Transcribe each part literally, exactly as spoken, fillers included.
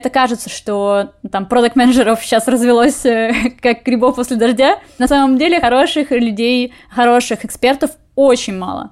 Это кажется, что там продакт-менеджеров сейчас развелось как грибов после дождя. На самом деле хороших людей, хороших экспертов очень мало.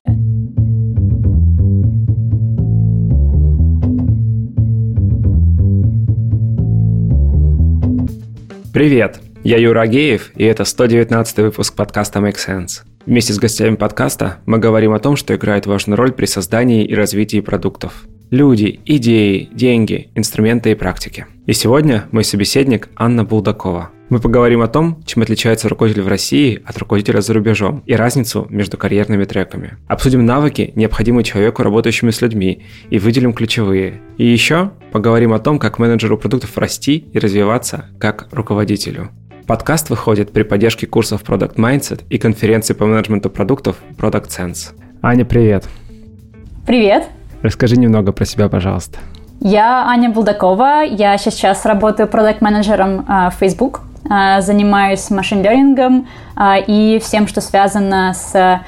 Привет, я Юра Агеев, и это сто девятнадцатый выпуск подкаста Make Sense. Вместе с гостями подкаста мы говорим о том, что играет важную роль при создании и развитии продуктов. Люди, идеи, деньги, инструменты и практики. И сегодня мой собеседник Анна Булдакова. Мы поговорим о том, чем отличается руководитель в России от руководителя за рубежом и разницу между карьерными треками. Обсудим навыки, необходимые человеку, работающему с людьми, и выделим ключевые. И еще поговорим о том, как менеджеру продуктов расти и развиваться как руководителю. Подкаст выходит при поддержке курсов Product Mindset и конференции по менеджменту продуктов Product Sense. Аня, привет. Привет. Расскажи немного про себя, пожалуйста. Я Аня Булдакова, я сейчас работаю продакт-менеджером в Facebook, занимаюсь машин-лернингом и всем, что связано с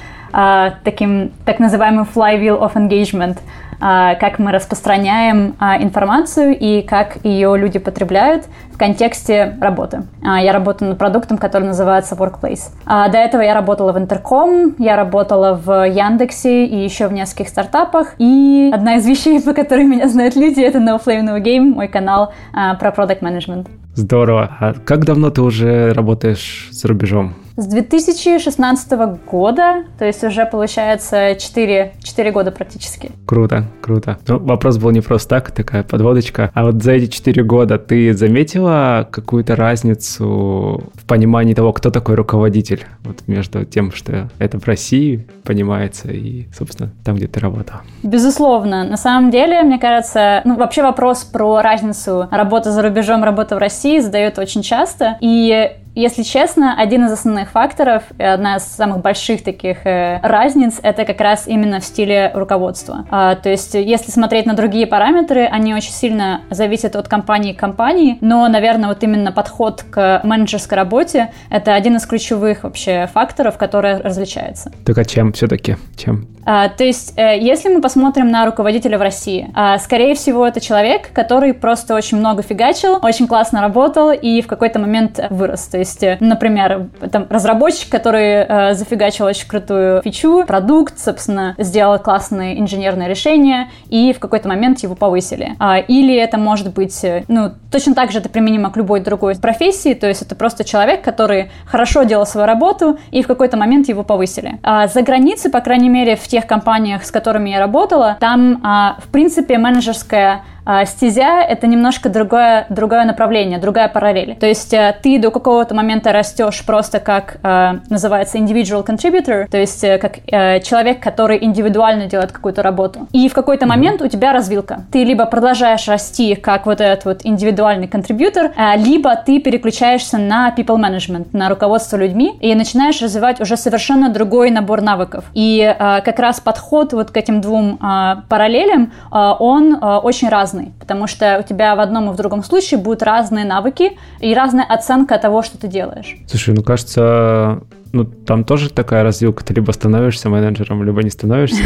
таким так называемым flywheel of engagement, как мы распространяем информацию и как ее люди потребляют в контексте работы. Я работаю над продуктом, который называется Workplace. До этого я работала в Интерком, я работала в Яндексе и еще в нескольких стартапах. И одна из вещей, по которой меня знают люди, это No Flame No Game, мой канал про product management. Здорово. А как давно ты уже работаешь за рубежом? С две тысячи шестнадцатого года, то есть уже получается четыре, четыре года практически. Круто, круто. Ну, вопрос был не просто так, такая подводочка. А вот за эти четыре года ты заметила какую-то разницу в понимании того, кто такой руководитель? Вот между тем, что это в России понимается и, собственно, там, где ты работала. Безусловно. На самом деле, мне кажется, ну, вообще вопрос про разницу работы за рубежом, работы в России задают очень часто. И если честно, один из основных факторов, одна из самых больших таких э, разниц, это как раз именно в стиле руководства. А, то есть, если смотреть на другие параметры, они очень сильно зависят от компании к компании, но, наверное, вот именно подход к менеджерской работе — это один из ключевых вообще факторов, который различается. Так а чем все-таки? Чем? А, то есть, э, если мы посмотрим на руководителя в России, а, скорее всего, это человек, который просто очень много фигачил, очень классно работал и в какой-то момент вырос. То есть, например, там, разработчик, который э, зафигачил очень крутую фичу, продукт, собственно, сделал классные инженерные решения, и в какой-то момент его повысили. А, или это может быть, ну, точно так же это применимо к любой другой профессии, то есть это просто человек, который хорошо делал свою работу, и в какой-то момент его повысили. А за границей, по крайней мере, в тех компаниях, с которыми я работала, там, а, в принципе, менеджерская А стезя — это немножко другое, другое направление, другая параллель. То есть ты до какого-то момента растешь просто как, э, называется, individual contributor, то есть как э, человек, который индивидуально делает какую-то работу. И в какой-то момент у тебя развилка. Ты либо продолжаешь расти как вот этот вот индивидуальный контрибьютор, э, либо ты переключаешься на people management, на руководство людьми, и начинаешь развивать уже совершенно другой набор навыков. И э, как раз подход вот к этим двум э, параллелям, э, он э, очень разный. Потому что у тебя в одном и в другом случае будут разные навыки и разная оценка того, что ты делаешь. Слушай, ну кажется, ну там тоже такая развилка. Ты либо становишься менеджером, либо не становишься.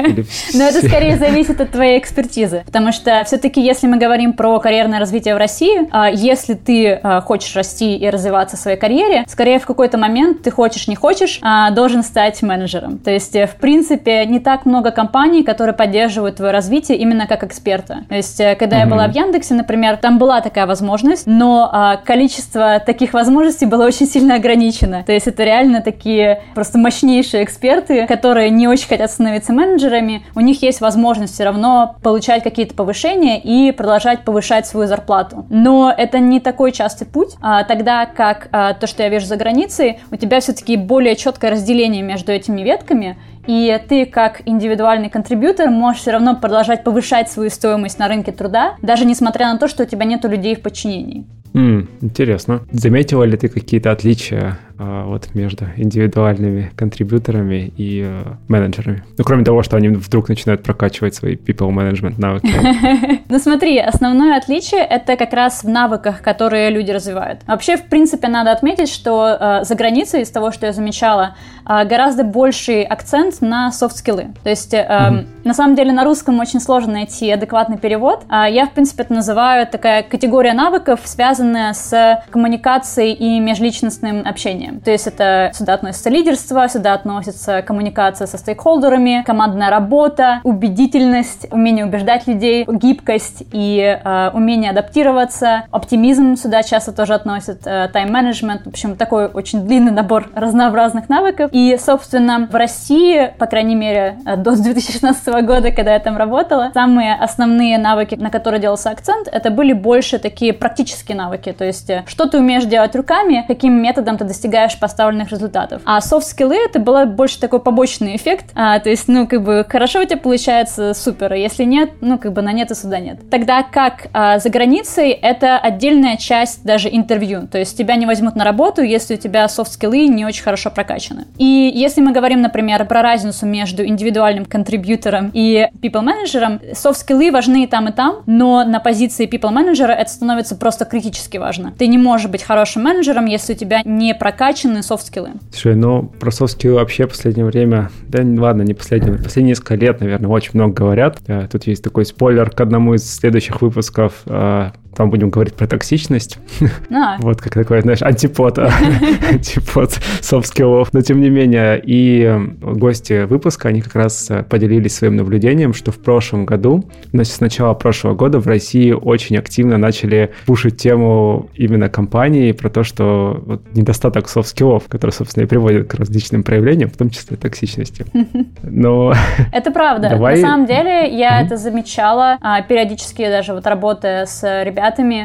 Но это скорее зависит от твоей экспертизы. Потому что все-таки, если мы говорим про карьерное развитие в России, если ты хочешь расти и развиваться в своей карьере, скорее в какой-то момент ты хочешь, не хочешь, должен стать менеджером. То есть, в принципе, не так много компаний, которые поддерживают твое развитие именно как эксперта. То есть, когда я была в Яндексе, например, там была такая возможность, но количество таких возможностей было очень сильно ограничено. То есть, это реально такие просто мощнейшие эксперты, которые не очень хотят становиться менеджерами, у них есть возможность все равно получать какие-то повышения и продолжать повышать свою зарплату. Но это не такой частый путь, а, тогда как а, то, что я вижу за границей, у тебя все-таки более четкое разделение между этими ветками, и ты как индивидуальный контрибьютор можешь все равно продолжать повышать свою стоимость на рынке труда, даже несмотря на то, что у тебя нету людей в подчинении. Mm, интересно. Заметила ли ты какие-то отличия а, вот между индивидуальными контрибьюторами и а, менеджерами? Ну, кроме того, что они вдруг начинают прокачивать свои people management навыки. Ну, смотри, основное отличие — это как раз в навыках, которые люди развивают. Вообще, в принципе, надо отметить, что э, за границей, из того, что я замечала, э, гораздо больший акцент на софт-скиллы. То есть, э, mm-hmm. на самом деле, на русском очень сложно найти адекватный перевод. Э, я, в принципе, это называю такая категория навыков, связанная с коммуникацией и межличностным общением. То есть, это сюда относится лидерство, сюда относится коммуникация со стейкхолдерами, командная работа, убедительность, умение убеждать людей, гибкость и э, умение адаптироваться, оптимизм сюда часто тоже относят, э, тайм-менеджмент, в общем, такой очень длинный набор разнообразных навыков. И, собственно, в России, по крайней мере, до две тысячи шестнадцатого года, когда я там работала, самые основные навыки, на которые делался акцент, это были больше такие практические навыки, то есть что ты умеешь делать руками, каким методом ты достигаешь поставленных результатов. А софт-скиллы — это был больше такой побочный эффект, а, то есть, ну, как бы, хорошо у тебя получается, супер, а если нет, ну, как бы, на нет и суда нет. Тогда как а, за границей это отдельная часть даже интервью, то есть тебя не возьмут на работу, если у тебя софт-скиллы не очень хорошо прокачаны. И если мы говорим, например, про разницу между индивидуальным контрибьютором и people-менеджером, софт-скиллы важны и там, и там, но на позиции people-менеджера это становится просто критически важно. Ты не можешь быть хорошим менеджером, если у тебя не прокачаны софт-скиллы. Слушай, ну про софт-скиллы вообще в последнее время, да ладно, не последнее, последние несколько лет, наверное, очень много говорят. Тут есть такой спойлер к одному из следующих выпусков. Там будем говорить про токсичность. А. Вот как такой, знаешь, антипод, антипод софт-скиллов. Но тем не менее, и гости выпуска, они как раз поделились своим наблюдением, что в прошлом году, значит, с начала прошлого года в России очень активно начали пушить тему именно компании про то, что вот недостаток софт-скиллов, который, собственно, и приводит к различным проявлениям, в том числе токсичности. Но... Это правда. Давай... На самом деле, я mm-hmm. это замечала периодически, даже вот работая с ребятами,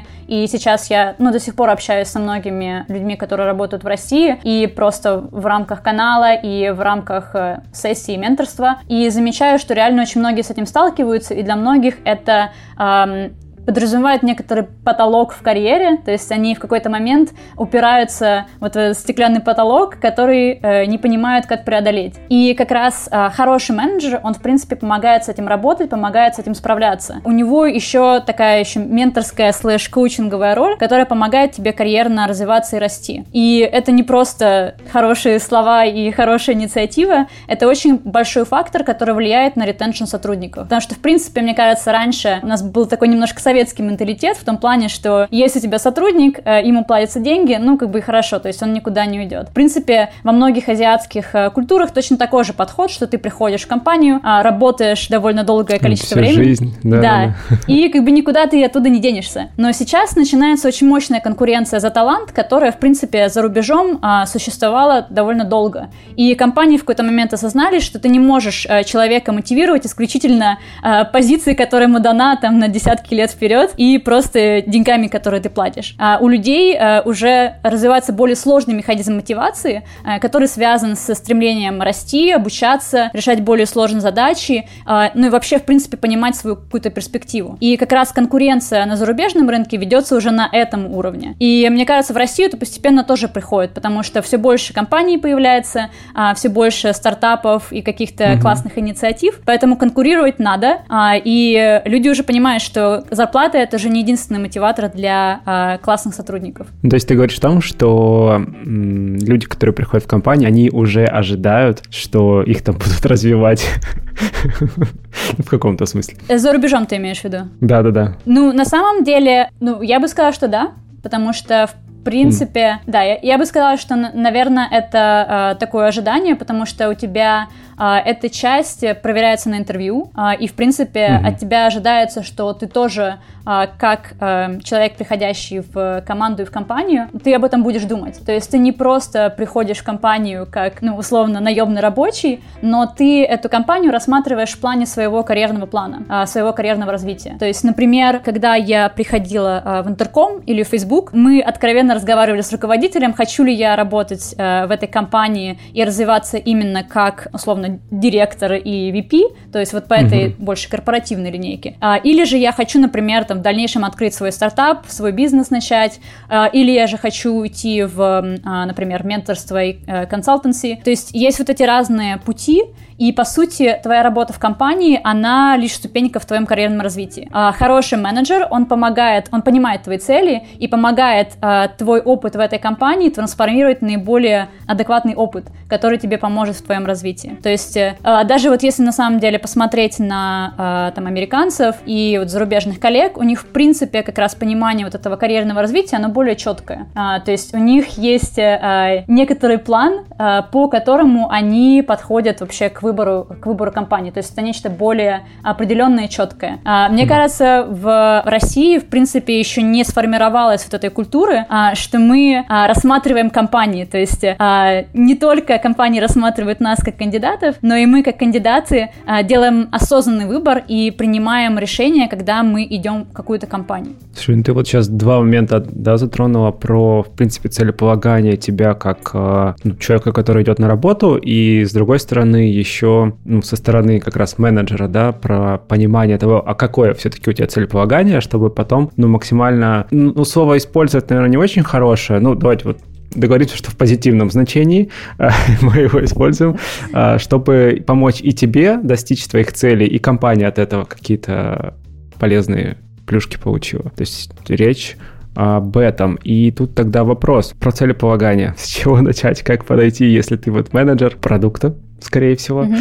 и сейчас я, ну, до сих пор общаюсь со многими людьми, которые работают в России, и просто в рамках канала, и в рамках э, сессии менторства, и замечаю, что реально очень многие с этим сталкиваются, и для многих это... Эм, подразумевает некоторый потолок в карьере, то есть они в какой-то момент упираются вот в этот стеклянный потолок, который э, не понимают, как преодолеть. И как раз э, хороший менеджер, он, в принципе, помогает с этим работать, помогает с этим справляться. У него еще такая еще менторская слэш-коучинговая роль, которая помогает тебе карьерно развиваться и расти. И это не просто хорошие слова и хорошая инициатива, это очень большой фактор, который влияет на ретеншн сотрудников. Потому что, в принципе, мне кажется, раньше у нас был такой немножко советский советский менталитет в том плане, что если у тебя сотрудник, ему платятся деньги, ну, как бы и хорошо, то есть он никуда не уйдет. В принципе, во многих азиатских культурах точно такой же подход, что ты приходишь в компанию, работаешь довольно долгое количество Всю времени. жизнь, да, да, да. И как бы никуда ты оттуда не денешься. Но сейчас начинается очень мощная конкуренция за талант, которая, в принципе, за рубежом а, существовала довольно долго. И компании в какой-то момент осознали, что ты не можешь а, человека мотивировать исключительно а, позиции, которая ему дана там на десятки лет вперед, и просто деньгами, которые ты платишь. А у людей а, уже развивается более сложный механизм мотивации, а, который связан со стремлением расти, обучаться, решать более сложные задачи, а, ну и вообще, в принципе, понимать свою какую-то перспективу. И как раз конкуренция на зарубежном рынке ведется уже на этом уровне. И мне кажется, в Россию это постепенно тоже приходит, потому что все больше компаний появляется, а, все больше стартапов и каких-то mm-hmm. классных инициатив, поэтому конкурировать надо, а, и люди уже понимают, что зарплата — это же не единственный мотиватор для а, классных сотрудников. То есть ты говоришь о том, что м, люди, которые приходят в компанию, они уже ожидают, что их там будут развивать в каком-то смысле. За рубежом ты имеешь в виду? Да-да-да. Ну, на самом деле, ну, я бы сказала, что да, потому что в В принципе, mm. да, я, я бы сказала, что, наверное, это э, такое ожидание, потому что у тебя э, эта часть проверяется на интервью, э, и, в принципе, mm-hmm. от тебя ожидается, что ты тоже, э, как э, человек, приходящий в команду и в компанию, ты об этом будешь думать. То есть ты не просто приходишь в компанию как, ну, условно, наемный рабочий, но ты эту компанию рассматриваешь в плане своего карьерного плана, э, своего карьерного развития. То есть, например, когда я приходила э, в Интерком или в Facebook, мы откровенно разговаривали с руководителем, хочу ли я работать э, в этой компании и развиваться именно как, условно, директор и ви пи, то есть вот по этой mm-hmm. больше корпоративной линейке. А, или же я хочу, например, там, в дальнейшем открыть свой стартап, свой бизнес начать, а, или я же хочу уйти в, а, например, менторство и а, консалтенси. То есть есть вот эти разные пути, и, по сути, твоя работа в компании, она лишь ступенька в твоем карьерном развитии. А, хороший менеджер, он помогает, он понимает твои цели и помогает а, твой опыт в этой компании трансформировать в наиболее адекватный опыт, который тебе поможет в твоем развитии. То есть а, даже вот если на самом деле посмотреть на а, там, американцев и вот зарубежных коллег, у них, в принципе, как раз понимание вот этого карьерного развития, оно более четкое. А, то есть у них есть а, некоторый план, а, по которому они подходят вообще к выбору, к выбору компании. То есть это нечто более определенное и четкое. А, мне mm-hmm. кажется, в России, в принципе, еще не сформировалась вот этой культуры, а, что мы а, рассматриваем компании. То есть а, не только компании рассматривают нас как кандидатов, но и мы как кандидаты а, делаем осознанный выбор и принимаем решение, когда мы идем в какую-то компанию. Слушай, ну ты вот сейчас два момента, да, затронула про, в принципе, целеполагание тебя как ну, человека, который идет на работу, и с другой стороны еще еще ну, со стороны как раз менеджера, да, про понимание того, а какое все-таки у тебя целеполагание, чтобы потом, ну, максимально, ну, слово использовать, наверное, не очень хорошее, ну, давайте вот договориться, что в позитивном значении мы его используем, чтобы помочь и тебе достичь твоих целей, и компания от этого какие-то полезные плюшки получила. То есть речь об этом. И тут тогда вопрос про целеполагание. С чего начать, как подойти, если ты вот менеджер продукта, скорее всего. Mm-hmm.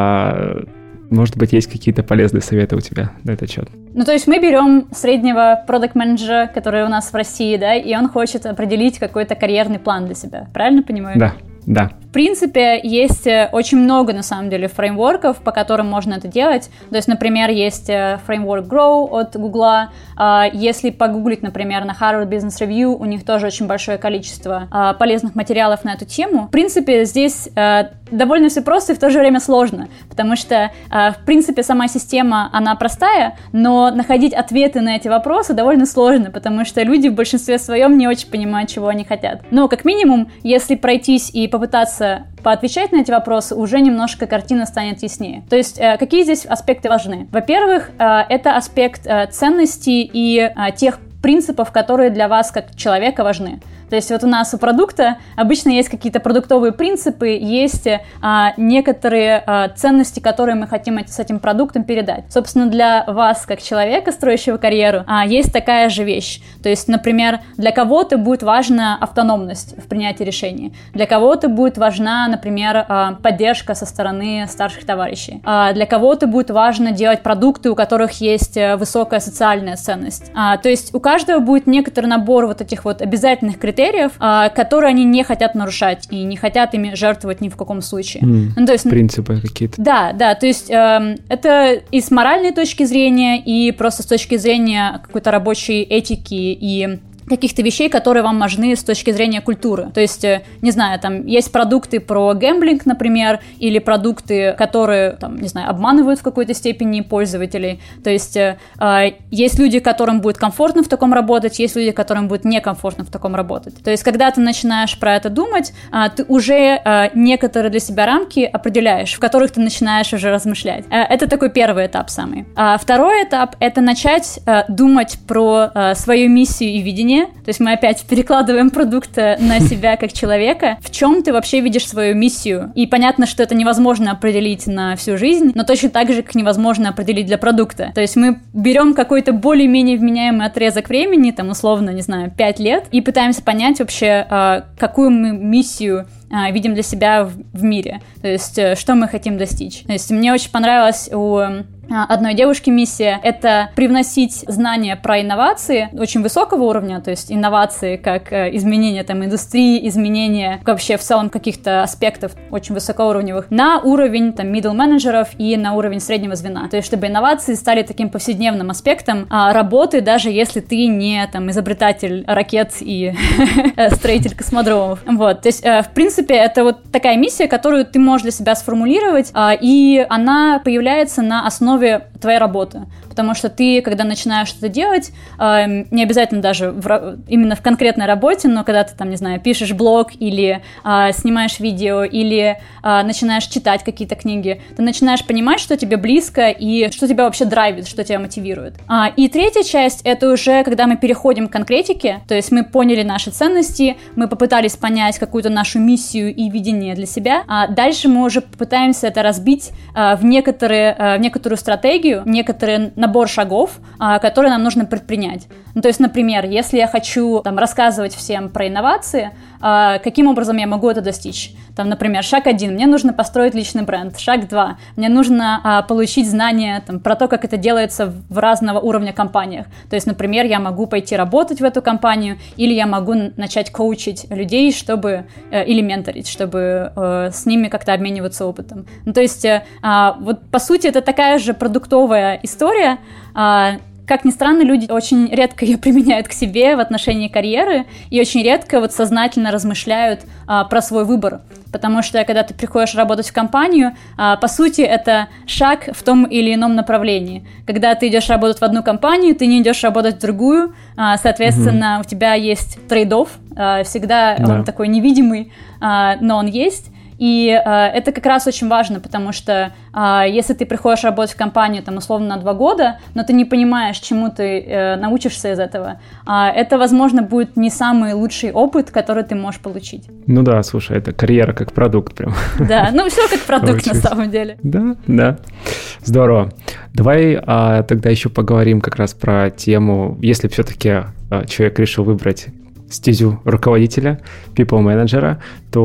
А, может быть, есть какие-то полезные советы у тебя на этот счет? Ну, то есть мы берем среднего продакт-менеджера, который у нас в России, да, и он хочет определить какой-то карьерный план для себя. Правильно понимаю? Да, да. В принципе, есть очень много, на самом деле, фреймворков, по которым можно это делать. То есть, например, есть фреймворк Grow от Гугла. Если погуглить, например, на Harvard Business Review, у них тоже очень большое количество полезных материалов на эту тему. В принципе, здесь довольно все просто и в то же время сложно, потому что, в принципе, сама система, она простая, но находить ответы на эти вопросы довольно сложно, потому что люди в большинстве своем не очень понимают, чего они хотят. Но, как минимум, если пройтись и попытаться поотвечать на эти вопросы, уже немножко картина станет яснее. То есть, э, какие здесь аспекты важны? Во-первых, э, это аспект э, ценностей и э, тех принципов, которые для вас как человека важны. То есть вот у нас у продукта обычно есть какие-то продуктовые принципы, есть а, некоторые а, ценности, которые мы хотим с этим продуктом передать. Собственно, для вас, как человека, строящего карьеру, а, есть такая же вещь. То есть, например, для кого-то будет важна автономность в принятии решений, для кого-то будет важна, например, а, поддержка со стороны старших товарищей, а, для кого-то будет важно делать продукты, у которых есть высокая социальная ценность. А, то есть у каждого будет некоторый набор вот этих вот обязательных критериев, критериев, а, которые они не хотят нарушать и не хотят ими жертвовать ни в каком случае. Mm, ну, то есть, принципы какие-то. Да, да, то есть э, это и с моральной точки зрения, и просто с точки зрения какой-то рабочей этики и каких-то вещей, которые вам важны с точки зрения культуры. То есть, не знаю, там есть продукты про гэмблинг, например, или продукты, которые, там, не знаю, обманывают в какой-то степени пользователей. То есть, э, есть люди, которым будет комфортно в таком работать, есть люди, которым будет некомфортно в таком работать. То есть, когда ты начинаешь про это думать, э, ты уже э, некоторые для себя рамки определяешь, в которых ты начинаешь уже размышлять. Э, это такой первый этап самый. А второй этап — это начать э, думать про э, свою миссию и видение. То есть мы опять перекладываем продукт на себя как человека. В чем ты вообще видишь свою миссию? И понятно, что это невозможно определить на всю жизнь, но точно так же, как невозможно определить для продукта. То есть мы берем какой-то более-менее вменяемый отрезок времени, там условно, не знаю, пять лет, и пытаемся понять вообще, какую мы миссию видим для себя в, в мире. То есть что мы хотим достичь. То есть мне очень понравилось у одной девушки миссия — это привносить знания про инновации очень высокого уровня, то есть инновации как изменение там индустрии, изменение вообще в целом каких-то аспектов очень высокоуровневых на уровень там middle менеджеров и на уровень среднего звена. То есть чтобы инновации стали таким повседневным аспектом а, работы, даже если ты не там изобретатель ракет и строитель космодромов. Вот, то есть в принципе это вот такая миссия, которую ты можешь для себя сформулировать, и она появляется на основе твоя работа. Потому что ты, когда начинаешь что-то делать, э, не обязательно даже в, именно в конкретной работе, но когда ты, там, не знаю, пишешь блог или э, снимаешь видео, или э, начинаешь читать какие-то книги, ты начинаешь понимать, что тебе близко и что тебя вообще драйвит, что тебя мотивирует. А, и третья часть — это уже когда мы переходим к конкретике, то есть мы поняли наши ценности, мы попытались понять какую-то нашу миссию и видение для себя, а дальше мы уже попытаемся это разбить а, в, некоторые, а, в некоторую стратегию, некоторый набор шагов, а, которые нам нужно предпринять. Ну, то есть, например, если я хочу там, рассказывать всем про инновации, а, каким образом я могу это достичь? Там, например, шаг один, мне нужно построить личный бренд. Шаг два, мне нужно а, получить знания там, про то, как это делается в разного уровня компаниях. То есть, например, я могу пойти работать в эту компанию, или я могу начать коучить людей, чтобы, э, или менторить, чтобы э, с ними как-то обмениваться опытом. Ну, то есть, э, э, вот по сути, это такая же продуктовая история. Э, Как ни странно, люди очень редко ее применяют к себе в отношении карьеры и очень редко вот сознательно размышляют а, про свой выбор. Потому что, когда ты приходишь работать в компанию, а, по сути, это шаг в том или ином направлении. Когда ты идешь работать в одну компанию, ты не идешь работать в другую, а, соответственно, угу. у тебя есть трейд-офф, а, всегда да. он такой невидимый, а, но он есть. И э, это как раз очень важно, потому что э, если ты приходишь работать в компанию, там, условно, на два года, но ты не понимаешь, чему ты э, научишься из этого, э, это, возможно, будет не самый лучший опыт, который ты можешь получить. Ну да, слушай, это карьера как продукт прям. Да, ну все как продукт на самом деле. Да, да. Здорово. Давай а, тогда еще поговорим как раз про тему, если все-таки а, человек решил выбрать стезю руководителя, people менеджера,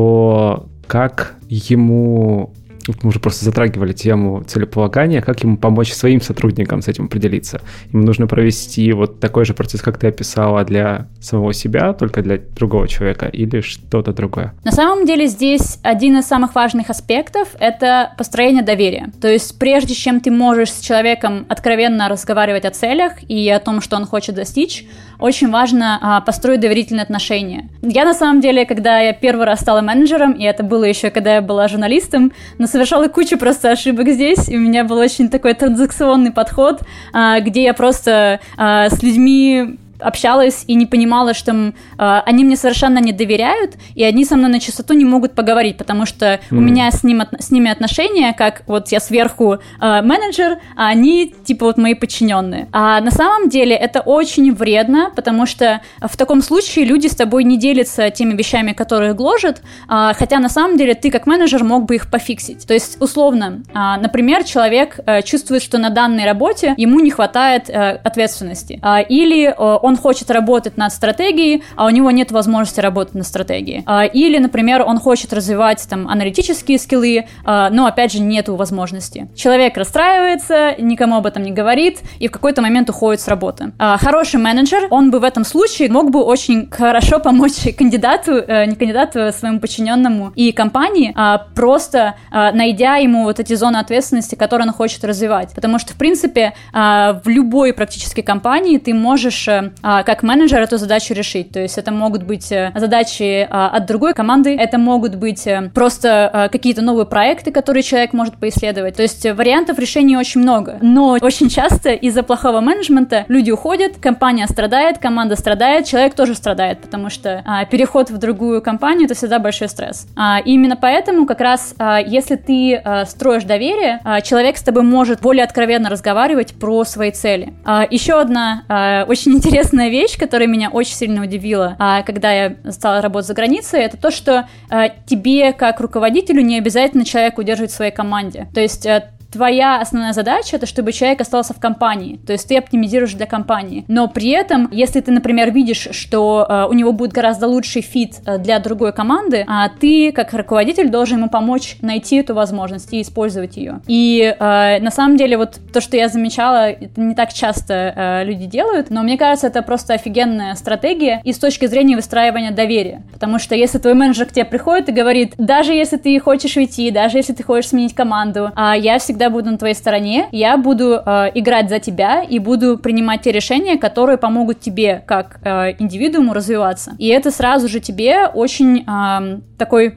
то как ему, мы уже просто затрагивали тему целеполагания, как ему помочь своим сотрудникам с этим определиться. Ему нужно провести вот такой же процесс, как ты описала, для самого себя, только для другого человека, или что-то другое? На самом деле здесь один из самых важных аспектов — это построение доверия. То есть прежде чем ты можешь с человеком откровенно разговаривать о целях и о том, что он хочет достичь, очень важно а, построить доверительные отношения. Я, на самом деле, когда я первый раз стала менеджером, и это было еще, когда я была журналистом, но совершала кучу просто ошибок здесь, и у меня был очень такой транзакционный подход, а, где я просто а, с людьми общалась и не понимала, что э, они мне совершенно не доверяют, и они со мной на чистоту не могут поговорить, потому что mm. у меня с, ним, с ними отношения, как вот я сверху э, менеджер, а они типа вот мои подчиненные. А на самом деле это очень вредно, потому что в таком случае люди с тобой не делятся теми вещами, которые их гложат, э, хотя на самом деле ты как менеджер мог бы их пофиксить. То есть условно, э, например, человек э, чувствует, что на данной работе ему не хватает э, ответственности, э, или э, он Он хочет работать над стратегией, а у него нет возможности работать над стратегией. Или, например, он хочет развивать там аналитические скиллы, но, опять же, нету возможности. Человек расстраивается, никому об этом не говорит и в какой-то момент уходит с работы. Хороший менеджер, он бы в этом случае мог бы очень хорошо помочь кандидату, не кандидату, а своему подчиненному и компании, просто найдя ему вот эти зоны ответственности, которые он хочет развивать. Потому что, в принципе, в любой практически компании ты можешь как менеджер эту задачу решить. То есть это могут быть задачи от другой команды, это могут быть просто какие-то новые проекты, которые человек может поисследовать. То есть вариантов решений очень много. Но очень часто из-за плохого менеджмента люди уходят, компания страдает, команда страдает, человек тоже страдает, потому что переход в другую компанию — это всегда большой стресс. И именно поэтому как раз если ты строишь доверие, человек с тобой может более откровенно разговаривать про свои цели. Еще одна очень интересная вещь, которая меня очень сильно удивила, когда я стала работать за границей, это то, что тебе, как руководителю, не обязательно человека удерживать в своей команде. То есть твоя основная задача — это чтобы человек остался в компании, то есть ты оптимизируешь для компании. Но при этом, если ты, например, видишь, что э, у него будет гораздо лучший фит э, для другой команды, а ты, как руководитель, должен ему помочь найти эту возможность и использовать ее. И э, на самом деле вот то, что я замечала, это не так часто э, люди делают, но мне кажется, это просто офигенная стратегия и с точки зрения выстраивания доверия. Потому что если твой менеджер к тебе приходит и говорит, даже если ты хочешь уйти, даже если ты хочешь сменить команду, э, я всегда буду на твоей стороне, я буду э, играть за тебя и буду принимать те решения, которые помогут тебе как э, индивидууму развиваться. И это сразу же тебе очень э, такой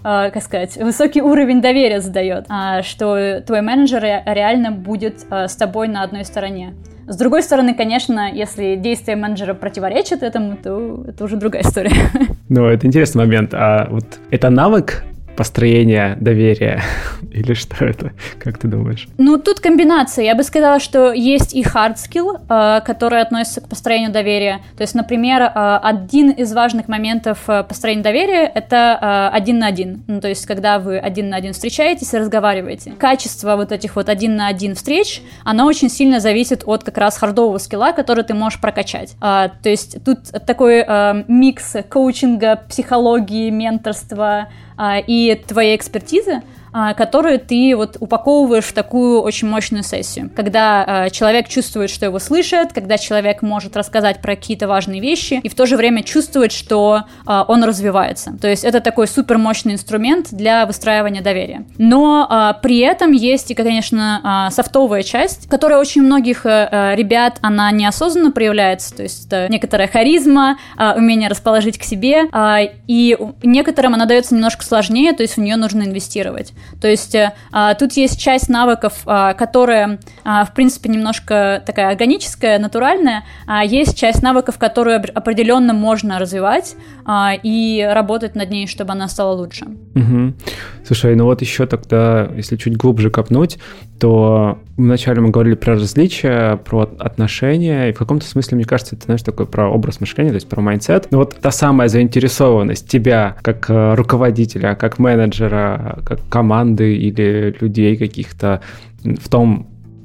как сказать, высокий уровень доверия задает, что твой менеджер реально будет с тобой на одной стороне. С другой стороны, конечно, если действия менеджера противоречат этому, то это уже другая история. Ну, это интересный момент. А вот это навык построения доверия? Или что это? Как ты думаешь? Ну, тут комбинация. Я бы сказала, что есть и hard skill, э, который относится к построению доверия. То есть, например, э, один из важных моментов построения доверия — это э, один на один. Ну, то есть, когда вы один на один встречаетесь и разговариваете. Качество вот этих вот один на один встреч, оно очень сильно зависит от как раз хардового скилла, который ты можешь прокачать. Э, то есть, тут такой э, микс коучинга, психологии, менторства э, и твоей экспертизы, которую ты вот упаковываешь в такую очень мощную сессию. Когда э, человек чувствует, что его слышат, когда человек может рассказать про какие-то важные вещи и в то же время чувствует, что э, он развивается. То есть это такой супер мощный инструмент для выстраивания доверия. Но э, при этом есть и, конечно, э, софтовая часть, которая очень у многих э, ребят, она неосознанно проявляется. То есть это некоторая харизма, э, умение расположить к себе, э, и некоторым она дается немножко сложнее, то есть в нее нужно инвестировать. То есть а, тут есть часть навыков, а, которая, а, в принципе, немножко такая органическая, натуральная, а есть часть навыков, которую определенно можно развивать а, и работать над ней, чтобы она стала лучше. Угу. Слушай, ну вот еще тогда, если чуть глубже копнуть, то вначале мы говорили про различия, про отношения, и в каком-то смысле, мне кажется, это, знаешь, такой про образ мышления, то есть про майндсет. Но вот та самая заинтересованность тебя как руководителя, как менеджера, как команды или людей каких-то в том,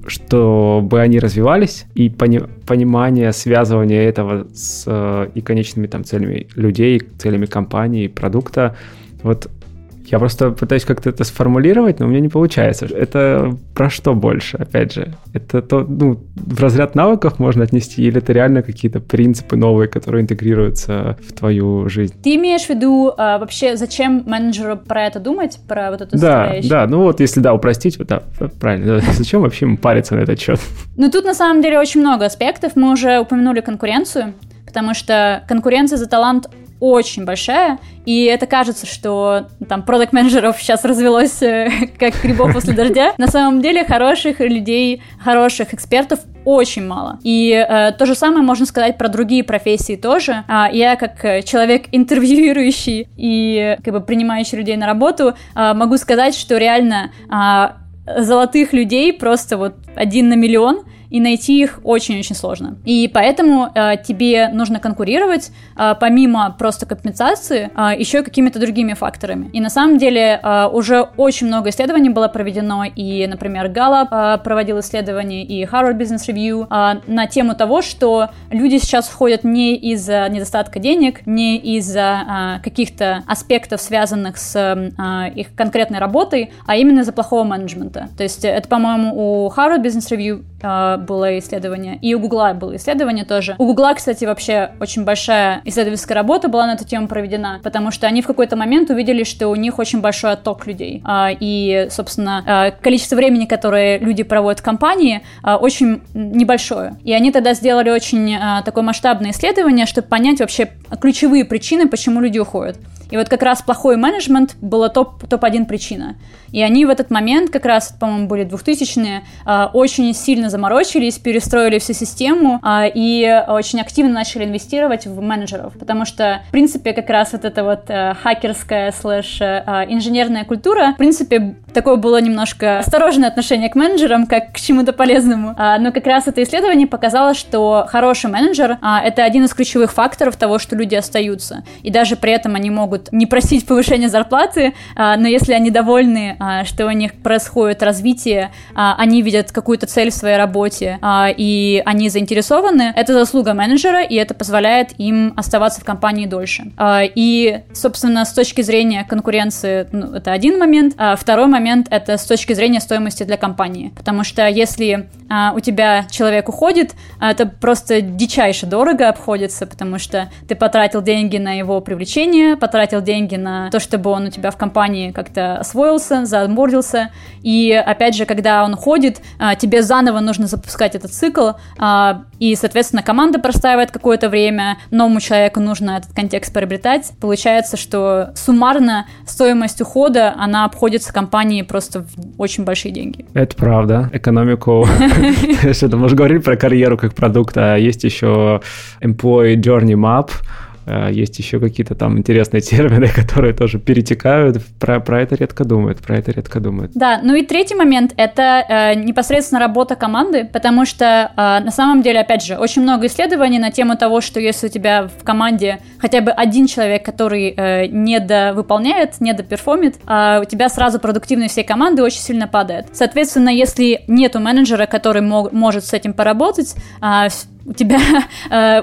чтобы они развивались, и пони- понимание связывания этого с э, и конечными там целями людей, целями компании, продукта. Вот я просто пытаюсь как-то это сформулировать, но у меня не получается. Это про что больше, опять же? Это то, ну, в разряд навыков можно отнести, или это реально какие-то принципы новые, которые интегрируются в твою жизнь? Ты имеешь в виду а, вообще, зачем менеджеру про это думать, про вот эту составляющую? Да, да, ну вот если, да, упростить, вот, да, правильно, зачем вообще ему париться на этот счет? Ну тут на самом деле очень много аспектов. Мы уже упомянули конкуренцию, потому что конкуренция за талант очень большая, и это кажется, что там продакт-менеджеров сейчас развелось э, как грибов после дождя. На самом деле хороших людей, хороших экспертов очень мало. И э, то же самое можно сказать про другие профессии тоже. А, я как человек интервьюирующий и как бы принимающий людей на работу э, могу сказать, что реально э, золотых людей просто вот один на миллион, и найти их очень-очень сложно. И поэтому э, тебе нужно конкурировать э, помимо просто компенсации э, еще какими-то другими факторами. И на самом деле э, уже очень много исследований было проведено, и, например, Gallup э, проводил исследования, и Harvard Business Review э, на тему того, что люди сейчас входят не из-за недостатка денег, не из-за э, каких-то аспектов, связанных с э, их конкретной работой, а именно из-за плохого менеджмента. То есть это, по-моему, у Harvard Business Review э, было исследование, и у Гугла было исследование тоже. У Гугла, кстати, вообще очень большая исследовательская работа была на эту тему проведена, потому что они в какой-то момент увидели, что у них очень большой отток людей. А, и, собственно, а, количество времени, которое люди проводят в компании, а, очень небольшое. И они тогда сделали очень а, такое масштабное исследование, чтобы понять вообще ключевые причины, почему люди уходят. И вот как раз плохой менеджмент была топ, топ-один причина. И они в этот момент, как раз, по-моему, были двухтысячные, очень сильно заморочились, перестроили всю систему и очень активно начали инвестировать в менеджеров. Потому что, в принципе, как раз вот эта вот хакерская слэш инженерная культура, в принципе, такое было немножко осторожное отношение к менеджерам, как к чему-то полезному. Но как раз это исследование показало, что хороший менеджер — это один из ключевых факторов того, что люди остаются. И даже при этом они могут не просить повышения зарплаты, но если они довольны, что у них происходит развитие, они видят какую-то цель в своей работе, и они заинтересованы, это заслуга менеджера, и это позволяет им оставаться в компании дольше. И, собственно, с точки зрения конкуренции, ну, это один момент. Второй момент — это с точки зрения стоимости для компании. Потому что если у тебя человек уходит, это просто дичайше дорого обходится, потому что ты потратил деньги на его привлечение, потратил деньги на то, чтобы он у тебя в компании как-то освоился, заонбордился, и опять же, когда он уходит, тебе заново нужно запускать этот цикл, и, соответственно, команда простаивает какое-то время, новому человеку нужно этот контекст приобретать. Получается, что суммарно стоимость ухода, она обходится компании просто в очень большие деньги. Это правда. Экономику... Что-то мы же говорили про карьеру как продукт, а есть еще Employee Journey Map, есть еще какие-то там интересные термины, которые тоже перетекают. Про, про это редко думают, про это редко думают. Да, ну и третий момент — это э, непосредственно работа команды, потому что э, на самом деле, опять же, очень много исследований на тему того, что если у тебя в команде хотя бы один человек, который э, недовыполняет, недоперформит, э, у тебя сразу продуктивность всей команды очень сильно падает. Соответственно, если нету менеджера, который мог, может с этим поработать, э, у тебя э,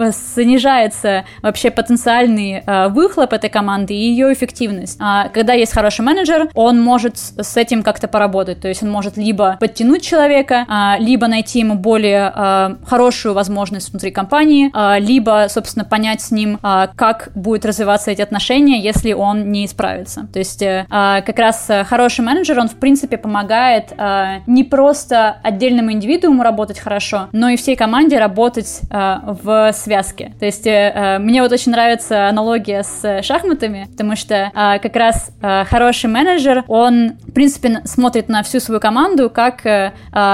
снижается вообще потенциальный э, выхлоп этой команды и ее эффективность. А когда есть хороший менеджер, он может с, с этим как-то поработать. То есть он может либо подтянуть человека, э, либо найти ему более э, хорошую возможность внутри компании, э, либо, собственно, понять с ним, э, как будут развиваться эти отношения, если он не исправится. То есть э, как раз хороший менеджер, он, в принципе, помогает э, не просто отдельному индивидууму работать хорошо, но и всей команде работать работать э, в связке. То есть э, мне вот очень нравится аналогия с шахматами, потому что э, как раз э, хороший менеджер, он, в принципе, смотрит на всю свою команду как э,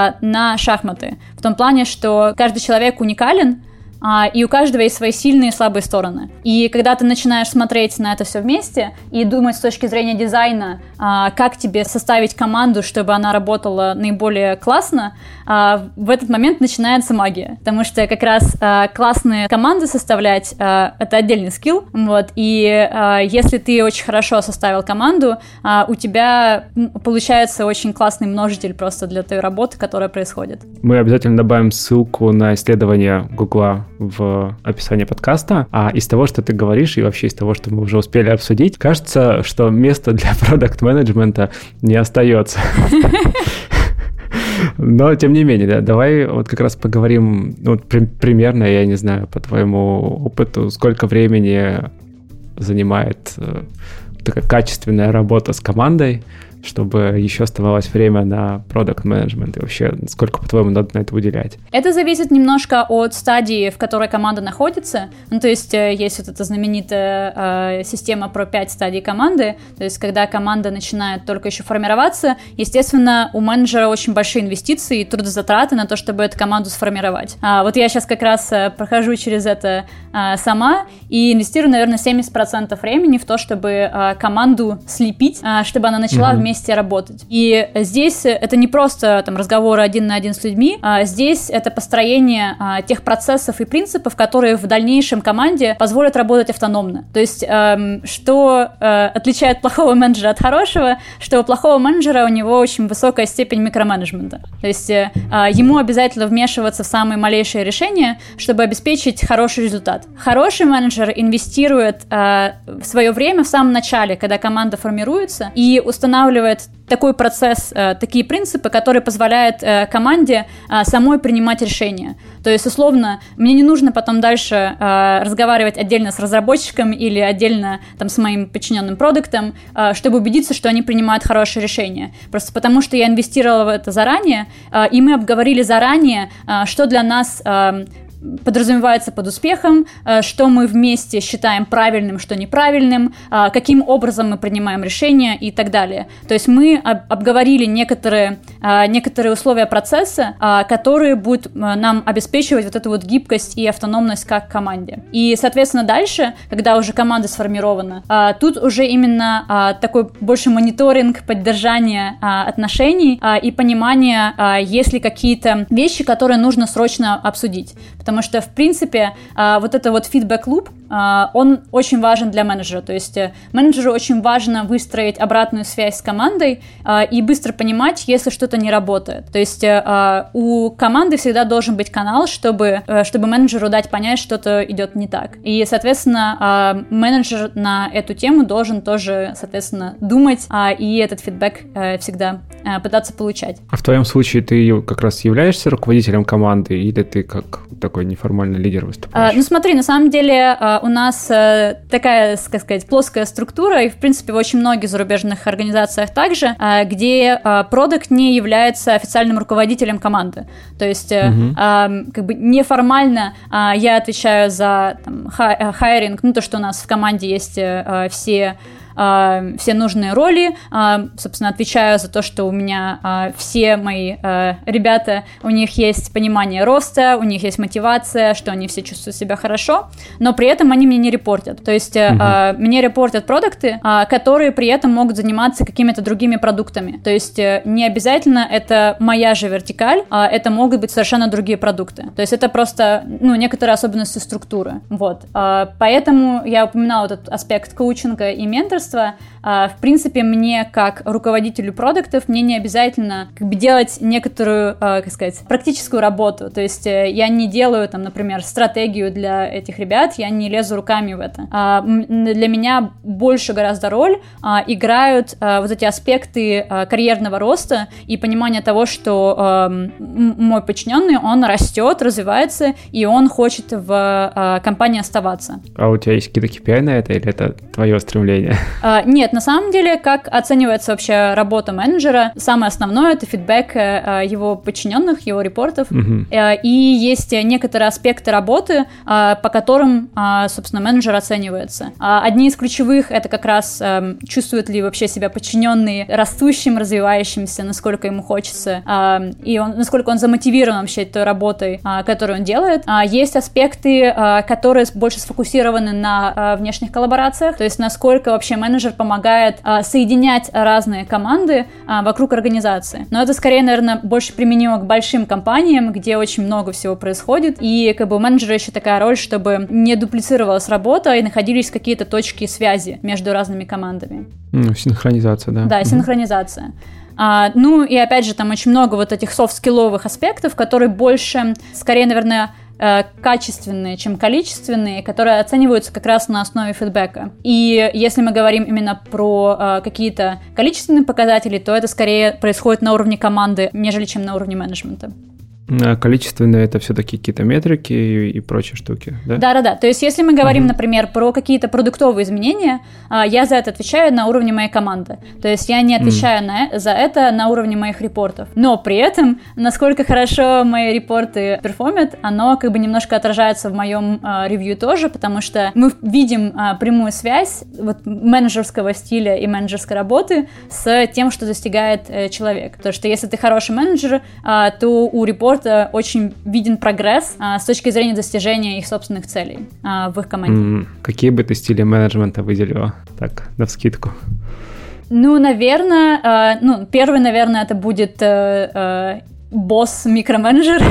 на шахматы. В том плане, что каждый человек уникален, и у каждого есть свои сильные и слабые стороны. И когда ты начинаешь смотреть на это все вместе и думать с точки зрения дизайна, как тебе составить команду, чтобы она работала наиболее классно, в этот момент начинается магия. Потому что как раз классные команды составлять — это отдельный скилл. Вот. И если ты очень хорошо составил команду, у тебя получается очень классный множитель просто для той работы, которая происходит. Мы обязательно добавим ссылку на исследование Гугла в описании подкаста. А из того, что ты говоришь, и вообще из того, что мы уже успели обсудить, кажется, что места для продакт-менеджмента не остается. Но, тем не менее, да, давай вот как раз поговорим, ну, при, примерно, я не знаю, по твоему опыту, сколько времени занимает э, такая качественная работа с командой, чтобы еще оставалось время на продакт-менеджмент, и вообще сколько, по-твоему, надо на это уделять? Это зависит немножко от стадии, в которой команда находится. Ну, то есть есть вот эта знаменитая э, система про пять стадий команды, то есть когда команда начинает только еще формироваться, естественно, у менеджера очень большие инвестиции и трудозатраты на то, чтобы эту команду сформировать. А, вот я сейчас как раз э, прохожу через это э, сама и инвестирую, наверное, семьдесят процентов времени в то, чтобы э, команду слепить, э, чтобы она начала mm-hmm. вместе вместе работать. И здесь это не просто там разговоры один на один с людьми, а здесь это построение а, тех процессов и принципов, которые в дальнейшем команде позволят работать автономно. То есть, эм, что э, отличает плохого менеджера от хорошего, что у плохого менеджера у него очень высокая степень микроменеджмента. То есть, э, ему обязательно вмешиваться в самые малейшие решения, чтобы обеспечить хороший результат. Хороший менеджер инвестирует э, свое время в самом начале, когда команда формируется, и устанавливает такой процесс, э, такие принципы, которые позволяют э, команде э, самой принимать решения. То есть, условно, мне не нужно потом дальше э, разговаривать отдельно с разработчиком или отдельно там, с моим подчиненным продуктом, э, чтобы убедиться, что они принимают хорошие решения. Просто потому, что я инвестировала в это заранее, э, и мы обговорили заранее, э, что для нас э, подразумевается под успехом, что мы вместе считаем правильным, что неправильным, каким образом мы принимаем решения и так далее. То есть мы обговорили некоторые, некоторые условия процесса, которые будут нам обеспечивать вот эту вот гибкость и автономность как команде. И, соответственно, дальше, когда уже команда сформирована, тут уже именно такой больше мониторинг, поддержание отношений и понимание, есть ли какие-то вещи, которые нужно срочно обсудить. Потому что, в принципе, вот это вот feedback loop, он очень важен для менеджера. То есть менеджеру очень важно выстроить обратную связь с командой и быстро понимать, если что-то не работает. То есть у команды всегда должен быть канал, чтобы, чтобы менеджеру дать понять, что-то идет не так. И, соответственно, менеджер на эту тему должен тоже, соответственно, думать и этот фидбэк всегда пытаться получать. А в твоем случае ты как раз являешься руководителем команды или ты как такой неформальный лидер выступаешь? А, ну смотри, на самом деле у нас такая, как сказать, плоская структура, и в принципе в очень многих зарубежных организациях также, где продакт не является официальным руководителем команды. То есть угу. как бы неформально я отвечаю за там, хайринг, ну то, что у нас в команде есть все все нужные роли, собственно, отвечаю за то, что у меня все мои ребята, у них есть понимание роста, у них есть мотивация, что они все чувствуют себя хорошо, но при этом они мне не репортят. То есть uh-huh. мне репортят продукты, которые при этом могут заниматься какими-то другими продуктами. То есть не обязательно это моя же вертикаль, а это могут быть совершенно другие продукты. То есть это просто, ну, некоторые особенности структуры. Вот. Поэтому я упоминала этот аспект коучинга и менторства. В принципе, мне, как руководителю продуктов, мне не обязательно как бы делать некоторую, как сказать, практическую работу. То есть я не делаю, там, например, стратегию для этих ребят, я не лезу руками в это. Для меня больше гораздо роль играют вот эти аспекты карьерного роста и понимания того, что мой подчиненный, он растет, развивается, и он хочет в компании оставаться. А у тебя есть какие-то кей пи ай на это, или это твое стремление? Uh, нет, на самом деле, как оценивается вообще работа менеджера, самое основное — это фидбэк uh, его подчиненных, его репортов, uh-huh. uh, и есть некоторые аспекты работы, uh, по которым, uh, собственно, менеджер оценивается. Uh, одни из ключевых — это как раз uh, чувствует ли вообще себя подчиненный растущим, развивающимся, насколько ему хочется, uh, и он, насколько он замотивирован вообще той работой, uh, которую он делает. Uh, есть аспекты, uh, которые больше сфокусированы на uh, внешних коллаборациях, то есть насколько вообще менеджер помогает а, соединять разные команды а, вокруг организации. Но это скорее, наверное, больше применимо к большим компаниям, где очень много всего происходит, и как бы у менеджера еще такая роль, чтобы не дуплицировалась работа и находились какие-то точки связи между разными командами. Ну, синхронизация, да. Да, синхронизация. А, ну и опять же, там очень много вот этих софт-скилловых аспектов, которые больше, скорее, наверное, качественные, чем количественные, которые оцениваются как раз на основе фидбэка. И если мы говорим именно про э, какие-то количественные показатели, то это скорее происходит на уровне команды, нежели чем на уровне менеджмента. А количественные — это все-таки какие-то метрики и, и прочие штуки, да? Да-да-да. То есть если мы говорим, uh-huh. например, про какие-то продуктовые изменения, я за это отвечаю на уровне моей команды. То есть я не отвечаю uh-huh. на, за это на уровне моих репортов. Но при этом, насколько хорошо мои репорты перформят, оно как бы немножко отражается в моем а, ревью тоже, потому что мы видим а, прямую связь вот, менеджерского стиля и менеджерской работы с тем, что достигает э, человек. Потому что если ты хороший менеджер, а, то у репорта очень виден прогресс а, с точки зрения достижения их собственных целей а, в их команде. Mm, какие бы ты стили менеджмента выделила? Так, навскидку. Ну, наверное, э, ну, первый, наверное, это будет э, э, босс-микроменеджер,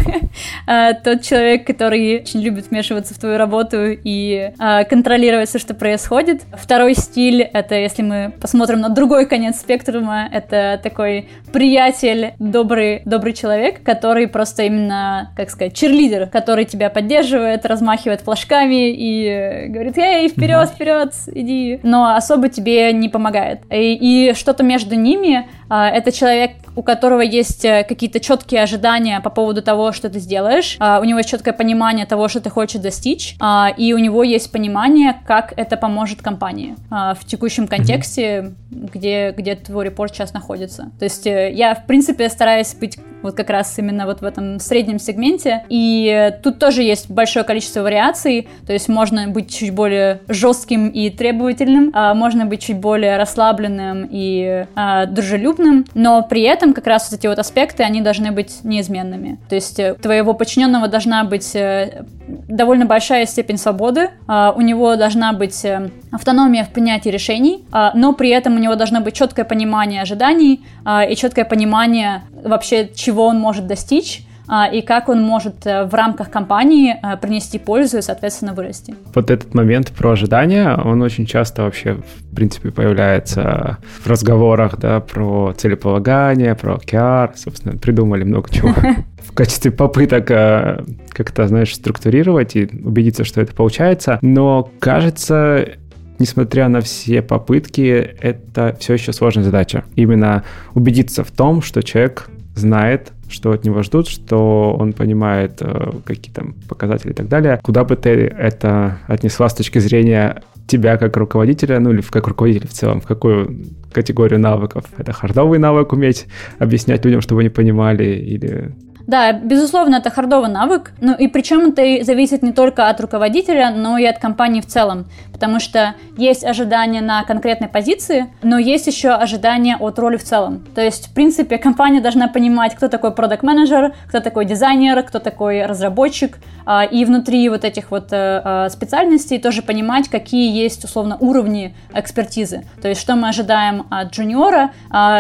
тот человек, который очень любит вмешиваться в твою работу и контролировать все, что происходит. Второй стиль — это, если мы посмотрим на другой конец спектрума, это такой приятель, добрый, добрый человек, который просто именно, как сказать, чирлидер, который тебя поддерживает, размахивает флажками и говорит: «Эй, вперед, вперед, иди!» Но особо тебе не помогает. И, и что-то между ними — это человек, у которого есть какие-то четкие ожидания по поводу того, что ты сделаешь, у него есть четкое понимание того, что ты хочешь достичь, и у него есть понимание, как это поможет компании в текущем контексте, mm-hmm. где, где твой репорт сейчас находится. То есть я, в принципе, стараюсь быть вот как раз именно вот в этом среднем сегменте, и тут тоже есть большое количество вариаций, то есть можно быть чуть более жестким и требовательным, можно быть чуть более расслабленным и дружелюбным, но при этом как раз вот эти вот аспекты, они должны быть неизменными. То есть у твоего подчиненного должна быть довольно большая степень свободы, у него должна быть автономия в принятии решений, но при этом у него должно быть четкое понимание ожиданий и четкое понимание вообще, чего он может достичь, и как он может в рамках компании принести пользу и, соответственно, вырасти. Вот этот момент про ожидания, он очень часто вообще, в принципе, появляется в разговорах, да, про целеполагание, про о ке ар, собственно, придумали много чего в качестве попыток как-то, знаешь, структурировать и убедиться, что это получается, но кажется, несмотря на все попытки, это все еще сложная задача. Именно убедиться в том, что человек знает, что от него ждут, что он понимает, какие там показатели и так далее. Куда бы ты это отнесла с точки зрения тебя как руководителя, ну или как руководителя в целом, в какую категорию навыков? Это хардовый навык уметь объяснять людям, чтобы они понимали, или... Да, безусловно, это хардовый навык, ну и причем это зависит не только от руководителя, но и от компании в целом, потому что есть ожидания на конкретной позиции, но есть еще ожидания от роли в целом. То есть, в принципе, компания должна понимать, кто такой продакт-менеджер, кто такой дизайнер, кто такой разработчик, и внутри вот этих вот специальностей тоже понимать, какие есть, условно, уровни экспертизы. То есть, что мы ожидаем от джуниора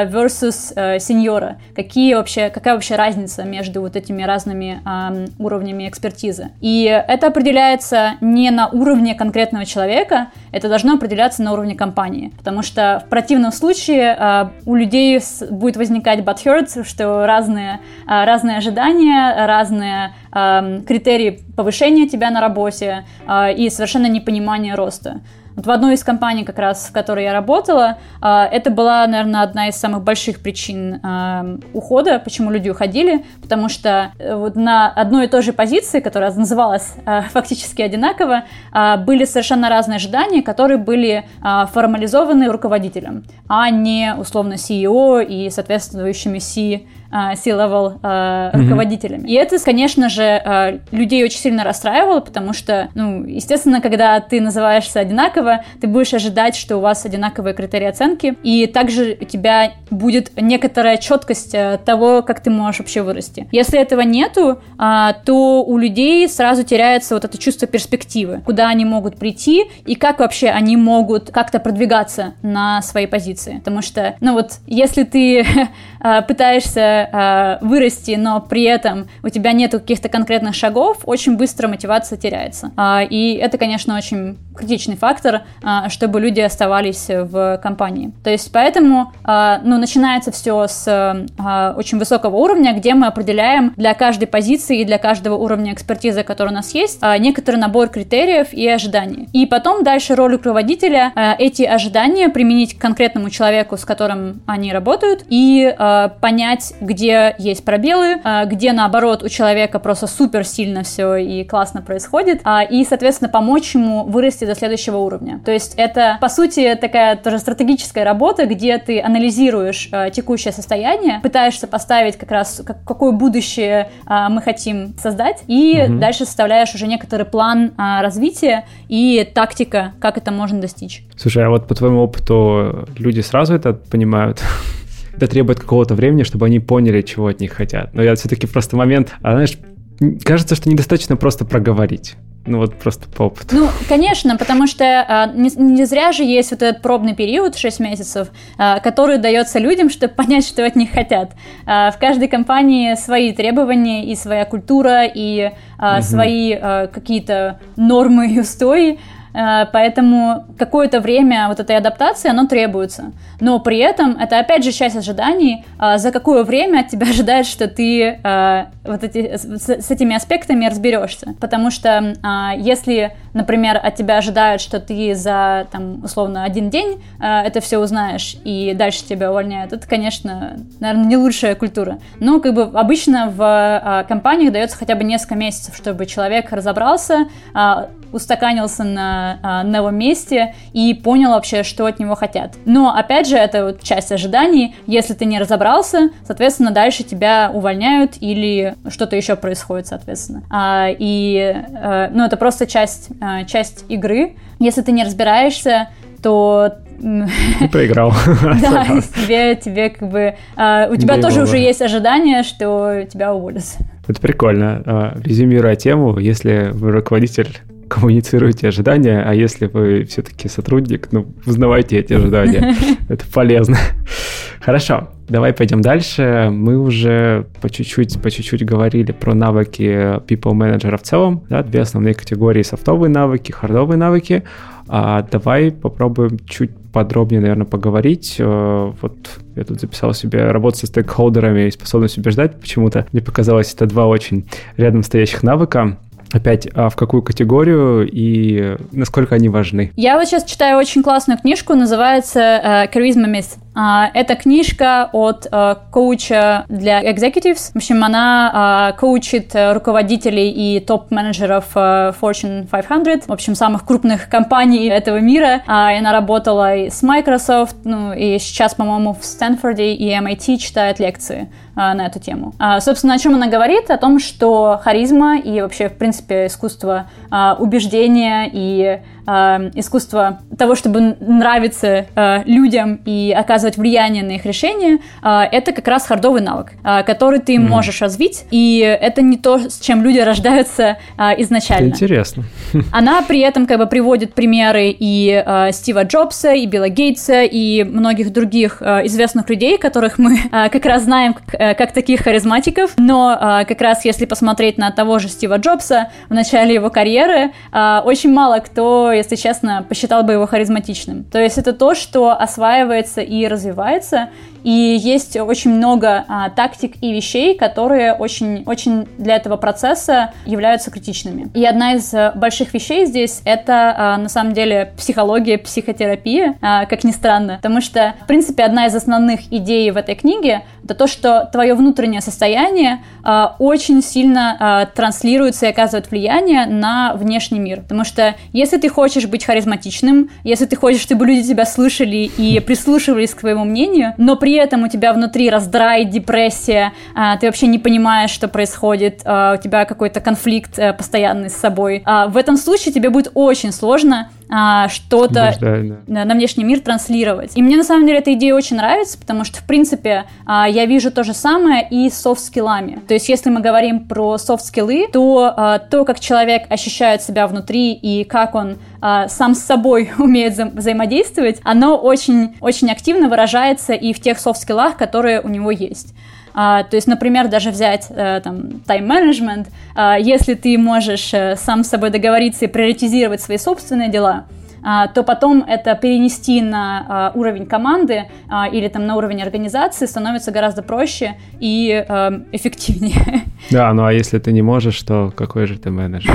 versus сеньора, какие вообще, какая вообще разница между вот этими разными э, уровнями экспертизы. И это определяется не на уровне конкретного человека, это должно определяться на уровне компании. Потому что в противном случае э, у людей будет возникать bad hurt, что разные, э, разные ожидания, разные э, критерии повышения тебя на работе э, и совершенно непонимание роста. Вот в одной из компаний, как раз в которой я работала, это была, наверное, одна из самых больших причин ухода, почему люди уходили, потому что вот на одной и той же позиции, которая называлась фактически одинаково, были совершенно разные ожидания, которые были формализованы руководителем, а не, условно, си и о и соответствующими C C-level uh, руководителями. Mm-hmm. И это, конечно же, uh, людей очень сильно расстраивало, потому что, ну, естественно, когда ты называешься одинаково, ты будешь ожидать, что у вас одинаковые критерии оценки, и также у тебя будет некоторая четкость uh, того, как ты можешь вообще вырасти. Если этого нету, uh, то у людей сразу теряется вот это чувство перспективы, куда они могут прийти и как вообще они могут как-то продвигаться на своей позиции. Потому что, ну вот, если ты uh, пытаешься вырасти, но при этом у тебя нет каких-то конкретных шагов, очень быстро мотивация теряется. И это, конечно, очень критичный фактор, чтобы люди оставались в компании. То есть поэтому ну, начинается все с очень высокого уровня, где мы определяем для каждой позиции и для каждого уровня экспертизы, который у нас есть, некоторый набор критериев и ожиданий. И потом дальше роль руководителя эти ожидания применить к конкретному человеку, с которым они работают, и понять, где есть пробелы, где, наоборот, у человека просто супер сильно все и классно происходит, и, соответственно, помочь ему вырасти до следующего уровня. То есть это, по сути, такая тоже стратегическая работа, где ты анализируешь текущее состояние, пытаешься поставить как раз, как, какое будущее мы хотим создать, и угу. дальше составляешь уже некоторый план развития и тактика, как это можно достичь. Слушай, а вот по твоему опыту люди сразу это понимают? Это требует какого-то времени, чтобы они поняли, чего от них хотят. Но я все-таки просто момент, а знаешь, кажется, что недостаточно просто проговорить. Ну вот просто по опыту. Ну, конечно, потому что а, не, не зря же есть вот этот пробный период, шесть месяцев, а, который дается людям, чтобы понять, что от них хотят. А, в каждой компании свои требования и своя культура, и а, угу. свои а, какие-то нормы и устои. Поэтому какое-то время вот этой адаптации, оно требуется. Но при этом это опять же часть ожиданий, за какое время от тебя ожидают, что ты вот эти, с, с этими аспектами разберешься. Потому что если, например, от тебя ожидают, что ты за, там, условно, один день это все узнаешь и дальше тебя увольняют, это, конечно, наверное, не лучшая культура. Но как бы обычно в компаниях дается хотя бы несколько месяцев, чтобы человек разобрался, устаканился на а, новом месте и понял вообще, что от него хотят. Но, опять же, это вот часть ожиданий. Если ты не разобрался, соответственно, дальше тебя увольняют или что-то еще происходит, соответственно. А, и, а, ну, это просто часть, а, часть игры. Если ты не разбираешься, то... Ты проиграл. Да, тебе, тебе как бы... У тебя тоже уже есть ожидание, что тебя уволят. Это прикольно. Резюмируя тему, если вы руководитель, коммуницируйте ожидания, а если вы все-таки сотрудник, ну, узнавайте эти ожидания. Это полезно. Хорошо, давай пойдем дальше. Мы уже по чуть-чуть, по чуть-чуть говорили про навыки people manager в целом, да, две основные категории: софтовые навыки, хардовые навыки. А давай попробуем чуть подробнее, наверное, поговорить. Вот я тут записал себе работу со стейкхолдерами и способность убеждать. Почему-то мне показалось, это два очень рядом стоящих навыка. Опять, а в какую категорию и насколько они важны? Я вот сейчас читаю очень классную книжку, называется uh, Charisma Myth. Uh, это книжка от uh, коуча для executives. В общем, она uh, коучит uh, руководителей и топ-менеджеров uh, Fortune пятьсот, в общем, самых крупных компаний этого мира. Uh, и она работала и с Microsoft, ну, и сейчас, по-моему, в Стэнфорде и эм ай ти читает лекции uh, на эту тему. Uh, собственно, о чем она говорит? О том, что харизма и вообще, в принципе, искусство uh, убеждения и uh, искусство того, чтобы нравиться uh, людям и оказывать влияние на их решения, uh, это как раз хардовый навык, uh, который ты mm. можешь развить, и это не то, с чем люди рождаются uh, изначально. Это интересно. Она при этом как бы приводит примеры и uh, Стива Джобса, и Билла Гейтса, и многих других uh, известных людей, которых мы uh, как раз знаем как, uh, как таких харизматиков, но uh, как раз если посмотреть на того же Стива Джобса в начале его карьеры, uh, очень мало кто, если честно, посчитал бы его харизматичным. То есть это то, что осваивается и развивается, и есть очень много а, тактик и вещей, которые очень, очень для этого процесса являются критичными. И одна из а, больших вещей здесь — это, а, на самом деле, психология, психотерапия, а, как ни странно, потому что, в принципе, одна из основных идей в этой книге — это то, что твое внутреннее состояние а, очень сильно а, транслируется и оказывает влияние на внешний мир. Потому что если ты хочешь быть харизматичным, если ты хочешь, чтобы люди тебя слышали и прислушивались к твоему мнению, но при этом у тебя внутри раздрай, депрессия, а, ты вообще не понимаешь, что происходит, а, у тебя какой-то конфликт а, постоянный с собой, а, в этом случае тебе будет очень сложно а, что-то да, да. на внешний мир транслировать. И мне на самом деле эта идея очень нравится, потому что, в принципе, а, я вижу то же самое и с софт-скиллами. То есть если мы говорим про софт-скиллы, то а, то, как человек ощущает себя внутри и как он а, сам с собой умеет вза- взаимодействовать, оно очень, очень активно выражается и в тех софт-скиллах, которые у него есть. Uh, то есть, например, даже взять uh, там, тайм-менеджмент, uh, если ты можешь uh, сам с собой договориться и приоритизировать свои собственные дела, uh, то потом это перенести на uh, уровень команды uh, или там, на уровень организации становится гораздо проще и uh, эффективнее. Да, ну а если ты не можешь, то какой же ты менеджер?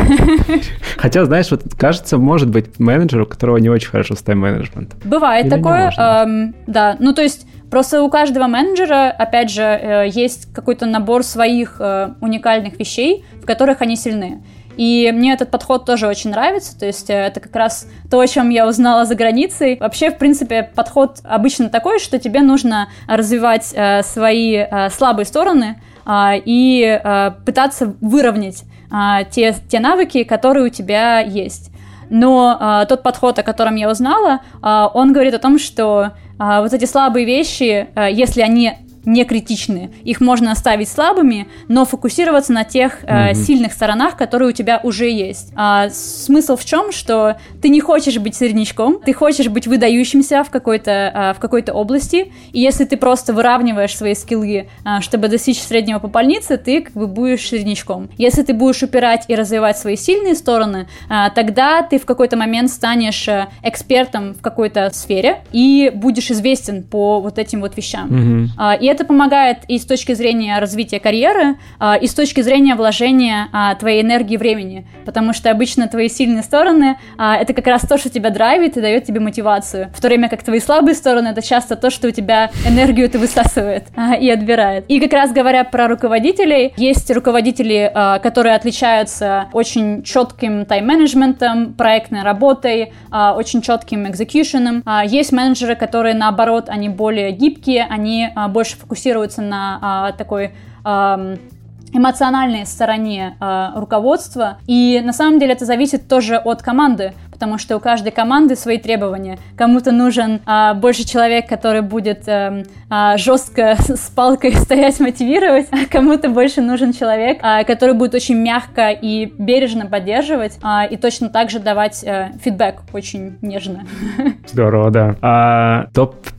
Хотя, знаешь, вот кажется, может быть менеджер, у которого не очень хорошо с тайм-менеджментом. Бывает такое, эм, да. Ну, то есть просто у каждого менеджера, опять же, э, есть какой-то набор своих э, уникальных вещей, в которых они сильны. И мне этот подход тоже очень нравится, то есть это как раз то, о чем я узнала за границей. Вообще, в принципе, подход обычно такой, что тебе нужно развивать э, свои э, слабые стороны э, и э, пытаться выровнять э, те, те навыки, которые у тебя есть. Но э, тот подход, о котором я узнала, э, он говорит о том, что э, вот эти слабые вещи, э, если они не критичны, их можно оставить слабыми, но фокусироваться на тех э, mm-hmm. сильных сторонах, которые у тебя уже есть. А, смысл в чем? Что ты не хочешь быть среднячком, ты хочешь быть выдающимся в какой-то, а, в какой-то области, и если ты просто выравниваешь свои скиллы, а, чтобы достичь среднего по больнице, ты как бы будешь среднячком. Если ты будешь упирать и развивать свои сильные стороны, а, тогда ты в какой-то момент станешь а, экспертом в какой-то сфере и будешь известен по вот этим вот вещам. Mm-hmm. А, и это помогает и с точки зрения развития карьеры, и с точки зрения вложения твоей энергии и времени, потому что обычно твои сильные стороны — это как раз то, что тебя драйвит и дает тебе мотивацию, в то время как твои слабые стороны — это часто то, что у тебя энергию это высасывает и отбирает. И как раз говоря про руководителей, есть руководители, которые отличаются очень четким тайм-менеджментом, проектной работой, очень четким экзекьюшеном. Есть менеджеры, которые, наоборот, они более гибкие, они больше фокусируются на а, такой а, эмоциональной стороне а, руководства. И на самом деле это зависит тоже от команды, потому что у каждой команды свои требования. Кому-то нужен а, больше человек, который будет а, а, жестко с палкой стоять, мотивировать, а кому-то больше нужен человек, а, который будет очень мягко и бережно поддерживать, а, и точно так же давать а, фидбэк очень нежно. Здорово, да. А топ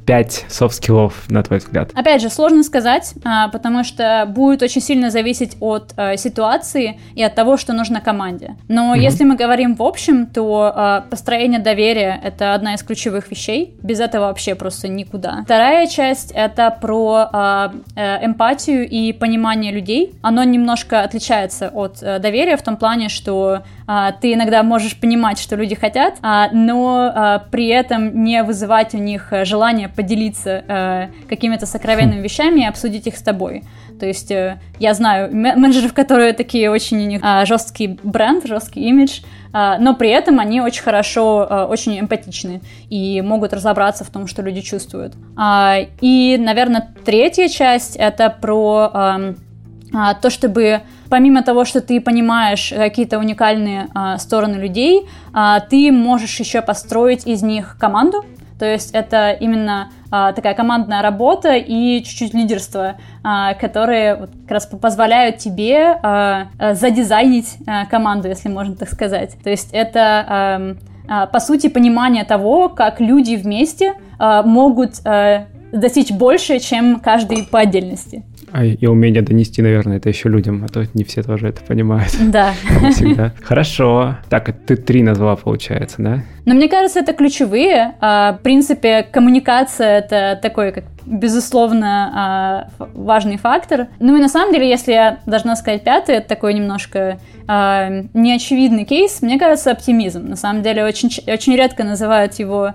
пять софт-скиллов, на твой взгляд? Опять же, сложно сказать, потому что будет очень сильно зависеть от ситуации и от того, что нужно команде. Но mm-hmm. если мы говорим в общем, то построение доверия — это одна из ключевых вещей. Без этого вообще просто никуда. Вторая часть — это про эмпатию и понимание людей. Оно немножко отличается от доверия в том плане, что ты иногда можешь понимать, что люди хотят, но при этом не вызывать у них желание поделиться э, какими-то сокровенными вещами и обсудить их с тобой. То есть э, я знаю менеджеров, которые такие очень у них э, жесткий бренд, жесткий имидж, э, но при этом они очень хорошо, э, очень эмпатичны и могут разобраться в том, что люди чувствуют. А, и, наверное, третья часть — это про э, э, то, чтобы помимо того, что ты понимаешь какие-то уникальные э, стороны людей, э, ты можешь еще построить из них команду. То есть это именно а, такая командная работа и чуть-чуть лидерство, а, которые вот, как раз позволяют тебе а, а, задизайнить а, команду, если можно так сказать. То есть это, а, а, по сути, понимание того, как люди вместе а, могут а, достичь больше, чем каждый по отдельности. А и умение донести, наверное, это еще людям, а то не все тоже это понимают. Да. Всегда. Хорошо. Так, ты три назвала, получается, да? Но мне кажется, это ключевые. В принципе, коммуникация — это такой, как безусловно, важный фактор. Ну и на самом деле, если я должна сказать пятый, это такой немножко неочевидный кейс, мне кажется, оптимизм. На самом деле, очень, очень редко называют его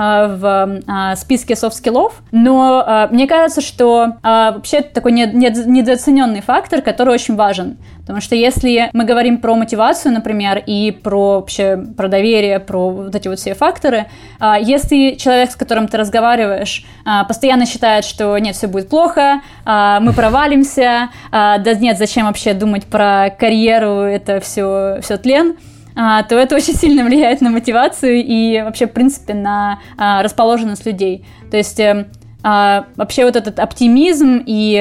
в списке софт-скиллов, но мне кажется, что вообще это такой недооцененный фактор, который очень важен. Потому что если мы говорим про мотивацию, например, и про вообще про доверие, про вот эти вот все факторы, если человек, с которым ты разговариваешь, постоянно считает, что нет, все будет плохо, мы провалимся, да нет, зачем вообще думать про карьеру, это все, все тлен, то это очень сильно влияет на мотивацию и вообще, в принципе, на расположенность людей. То есть вообще вот этот оптимизм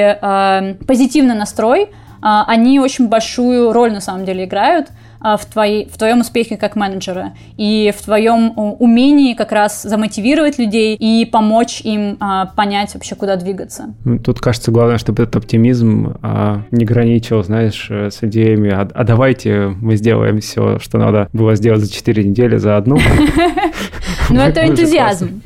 и позитивный настрой, они очень большую роль на самом деле играют в, твоей, в твоем успехе как менеджера и в твоем умении как раз замотивировать людей и помочь им а, понять вообще, куда двигаться. Тут, кажется, главное, чтобы этот оптимизм а, не граничил, знаешь, с идеями, а, а давайте мы сделаем все, что надо было сделать за четыре недели, за одну. Ну, это энтузиазм.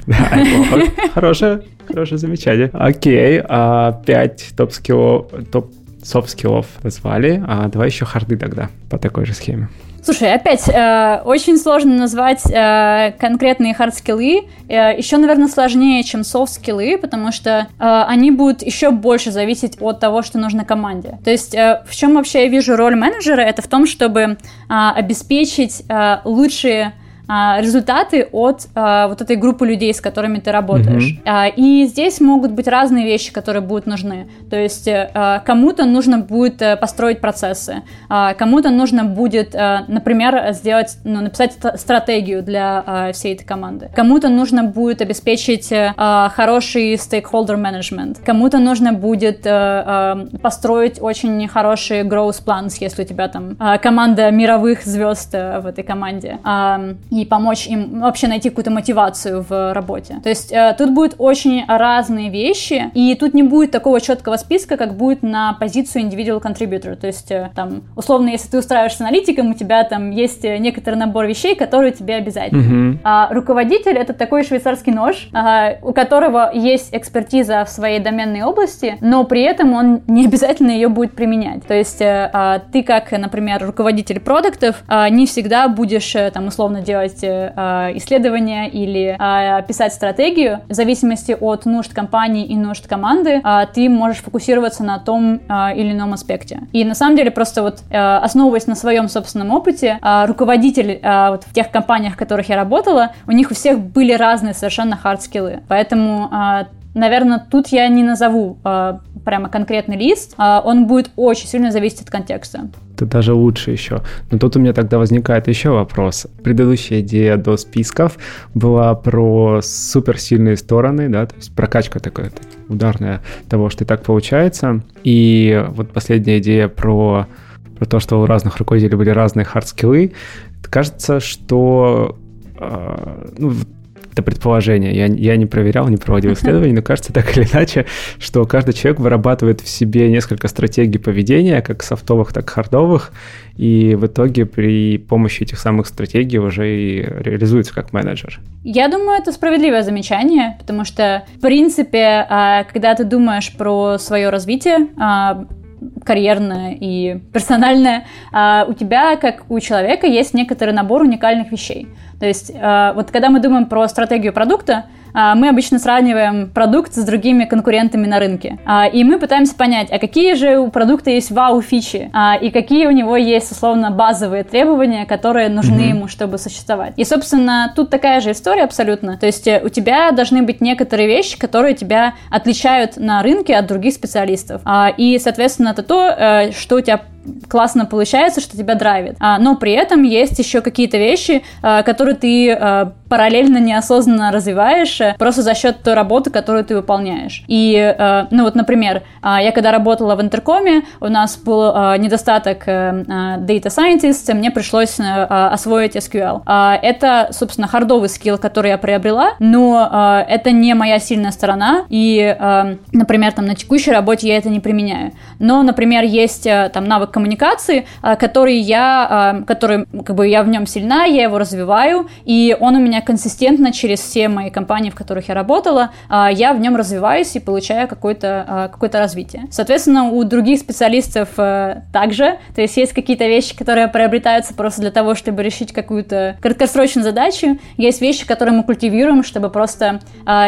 Хорошее замечание. Окей, пять топ-скиллов, топ софт-скиллов назвали, а давай еще харды тогда по такой же схеме. Слушай, опять, э, очень сложно назвать э, конкретные хард-скиллы, э, еще, наверное, сложнее, чем софт-скиллы, потому что э, они будут еще больше зависеть от того, что нужно команде. То есть э, в чем вообще я вижу роль менеджера, это в том, чтобы э, обеспечить э, лучшие результаты от а, вот этой группы людей, с которыми ты работаешь. Mm-hmm. А, и здесь могут быть разные вещи, которые будут нужны. То есть а, кому-то нужно будет а, построить процессы, а, кому-то нужно будет, а, например, сделать, ну, написать стратегию для а, всей этой команды. Кому-то нужно будет обеспечить а, хороший stakeholder management. Кому-то нужно будет а, а, построить очень хороший growth plans, если у тебя там а, команда мировых звезд а, в этой команде. А, и помочь им вообще найти какую-то мотивацию в работе. То есть э, тут будут очень разные вещи, и тут не будет такого четкого списка, как будет на позицию individual contributor. То есть э, там, условно, если ты устраиваешься аналитиком, у тебя там есть некоторый набор вещей, которые тебе обязательны. Mm-hmm. А руководитель — это такой швейцарский нож, э, у которого есть экспертиза в своей доменной области, но при этом он не обязательно ее будет применять. То есть э, э, ты как, например, руководитель продуктов, э, не всегда будешь э, там условно делать исследования или а, писать стратегию. В зависимости от нужд компании и нужд команды а, ты можешь фокусироваться на том а, или ином аспекте. И на самом деле просто вот а, основываясь на своем собственном опыте, а, руководитель а, вот в тех компаниях, в которых я работала, у них у всех были разные совершенно хард-скиллы. Поэтому а, наверное, тут я не назову э, прямо конкретный лист, э, он будет очень сильно зависеть от контекста. Это даже лучше еще. Но тут у меня тогда возникает еще вопрос. Предыдущая идея до списков была про суперсильные стороны, да, то есть прокачка такая ударная того, что и так получается. И вот последняя идея про, про то, что у разных руководителей были разные хард-скиллы. Кажется, что э, ну, это предположение. Я, я не проверял, не проводил исследований, но кажется так или иначе, что каждый человек вырабатывает в себе несколько стратегий поведения, как софтовых, так и хардовых, и в итоге при помощи этих самых стратегий уже и реализуется как менеджер. Я думаю, это справедливое замечание, потому что, в принципе, когда ты думаешь про свое развитие, карьерное и персональное, у тебя, как у человека, есть некоторый набор уникальных вещей. То есть, вот когда мы думаем про стратегию продукта, мы обычно сравниваем продукт с другими конкурентами на рынке. И мы пытаемся понять, а какие же у продукта есть вау-фичи, и какие у него есть, условно, базовые требования, которые нужны mm-hmm. ему, чтобы существовать. И, собственно, тут такая же история абсолютно. То есть у тебя должны быть некоторые вещи, которые тебя отличают на рынке от других специалистов. И, соответственно, это то, что у тебя классно получается, что тебя драйвит. А, но при этом есть еще какие-то вещи, а, которые ты а, параллельно неосознанно развиваешь а, просто за счет той работы, которую ты выполняешь. И, а, ну вот, например, а, я когда работала в Интеркоме, у нас был а, недостаток а, Data Scientist, мне пришлось а, освоить эс кью эль. А, это, собственно, хардовый скилл, который я приобрела, но а, это не моя сильная сторона, и, а, например, там, на текущей работе я это не применяю. Но, например, есть а, там навык коммуникации, который я, который, как бы, я в нем сильна, я его развиваю, и он у меня консистентно через все мои компании, в которых я работала, я в нем развиваюсь и получаю какое-то, какое-то развитие. Соответственно, у других специалистов также, то есть есть какие-то вещи, которые приобретаются просто для того, чтобы решить какую-то краткосрочную задачу, есть вещи, которые мы культивируем, чтобы просто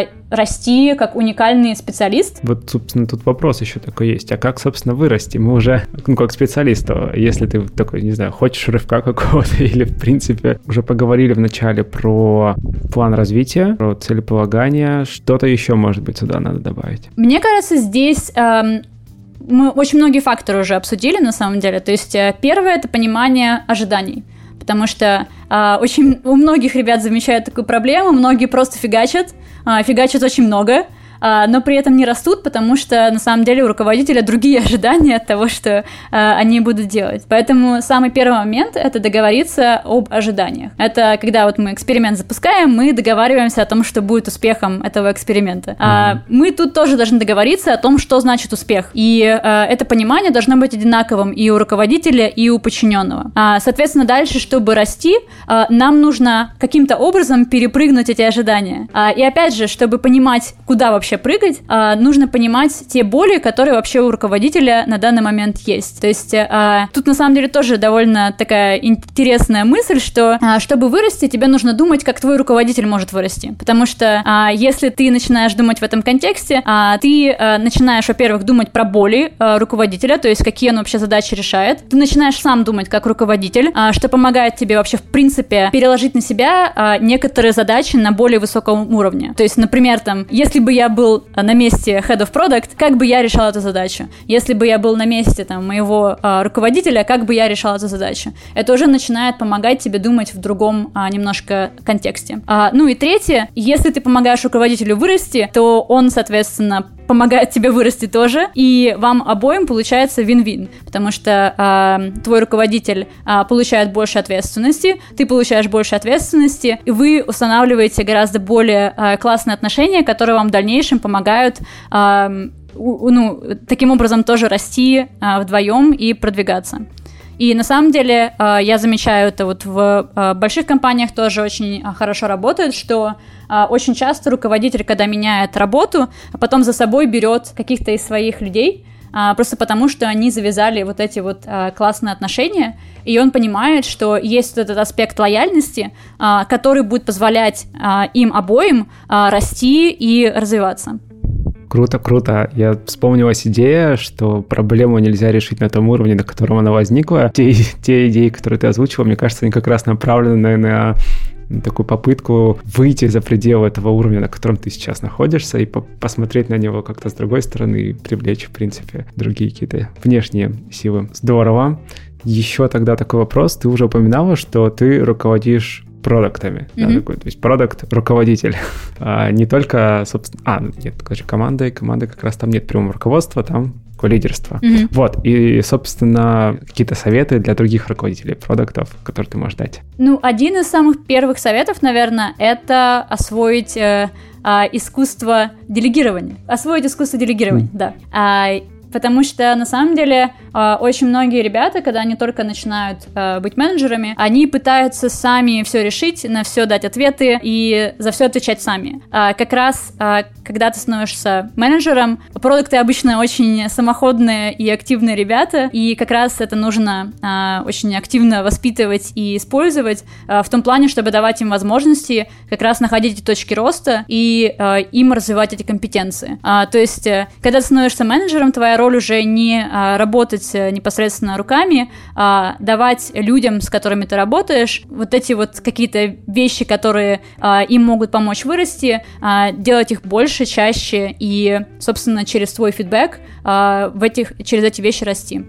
расти как уникальный специалист. Вот, собственно, тут вопрос еще такой есть. А как, собственно, вырасти? Мы уже, ну, как специалисту, если ты такой, не знаю, хочешь рывка какого-то или, в принципе, уже поговорили вначале про план развития, про целеполагание, что-то еще, может быть, сюда надо добавить? Мне кажется, здесь... Эм... Мы очень многие факторы уже обсудили, на самом деле. То есть первое – это понимание ожиданий. Потому что э, очень, у многих ребят замечают такую проблему, многие просто фигачат, э, фигачат очень много, э, но при этом не растут, потому что на самом деле у руководителя другие ожидания от того, что э, они будут делать. Поэтому самый первый момент – это договориться об ожиданиях. Это когда вот мы эксперимент запускаем, мы договариваемся о том, что будет успехом этого эксперимента. Mm-hmm. Э, мы тут тоже должны договориться о том, что значит успех. И э, это понимание должно быть одинаковым и у руководителя, и у подчиненного. А, соответственно, дальше, чтобы расти, э, нам нужно каким-то образом перепрыгнуть эти ожидания. А, и опять же, чтобы понимать, куда вообще прыгать, э, нужно понимать те боли, которые вообще у руководителя на данный момент есть. То есть э, тут на самом деле тоже довольно такая интересная мысль, что э, чтобы вырасти, тебе нужно думать, как твой руководитель может вырасти. Потому что э, если ты начинаешь думать в этом контексте, э, ты э, начинаешь, во-первых, думать про боли э, руководителя, то есть какие он вообще задачи решает. Ты начинаешь сам думать как руководитель, э, что помогает тебе вообще в принципе переложить на себя э, некоторые задачи на более высоком уровне. То есть, например, там, если бы я был на месте Head of Product, как бы я решал эту задачу? Если бы я был на месте там, моего э, руководителя, как бы я решал эту задачу? Это уже начинает помогать тебе думать в другом э, немножко контексте. А, ну и третье, если ты помогаешь руководителю вырасти, то он, соответственно, помогает тебе вырасти тоже, и вам обоим получается вин-вин, потому что э, твой руководитель э, получает больше ответственности, ты получаешь больше ответственности, и вы устанавливаете гораздо более э, классные отношения, которые вам в дальнейшем помогают э, у, ну, таким образом тоже расти э, вдвоем и продвигаться. И на самом деле э, я замечаю это вот в э, больших компаниях тоже очень э, хорошо работает, что э, очень часто руководитель, когда меняет работу, а потом за собой берет каких-то из своих людей, э, просто потому что они завязали вот эти вот э, классные отношения, и он понимает, что есть вот этот аспект лояльности, э, который будет позволять э, им обоим э, расти и развиваться. Круто, круто. Я вспомнилась идея, что проблему нельзя решить на том уровне, на котором она возникла. Те, те идеи, которые ты озвучила, мне кажется, они как раз направлены на такую попытку выйти за пределы этого уровня, на котором ты сейчас находишься, и по- посмотреть на него как-то с другой стороны и привлечь, в принципе, другие какие-то внешние силы. Здорово. Еще тогда такой вопрос. Ты уже упоминала, что ты руководишь продуктами, mm-hmm. да, такой, то есть продукт-руководитель. А, не только, собственно... А, нет, короче, командой, команды как раз там нет прямого руководства, там такое лидерство. Mm-hmm. Вот, и, собственно, какие-то советы для других руководителей продуктов, которые ты можешь дать? Ну, один из самых первых советов, наверное, это освоить э, э, искусство делегирования. Освоить искусство делегирования, mm. да. А, Потому что, на самом деле, очень многие ребята, когда они только начинают быть менеджерами, они пытаются сами все решить, на все дать ответы и за все отвечать сами. Как раз, когда ты становишься менеджером, продукты обычно очень самоходные и активные ребята, и как раз это нужно очень активно воспитывать и использовать в том плане, чтобы давать им возможности как раз находить эти точки роста и им развивать эти компетенции. То есть, когда ты становишься менеджером, твоя роль уже не а, работать непосредственно руками, а давать людям, с которыми ты работаешь, вот эти вот какие-то вещи, которые а, им могут помочь вырасти, а, делать их больше, чаще и, собственно, через твой фидбэк а, в этих, через эти вещи расти.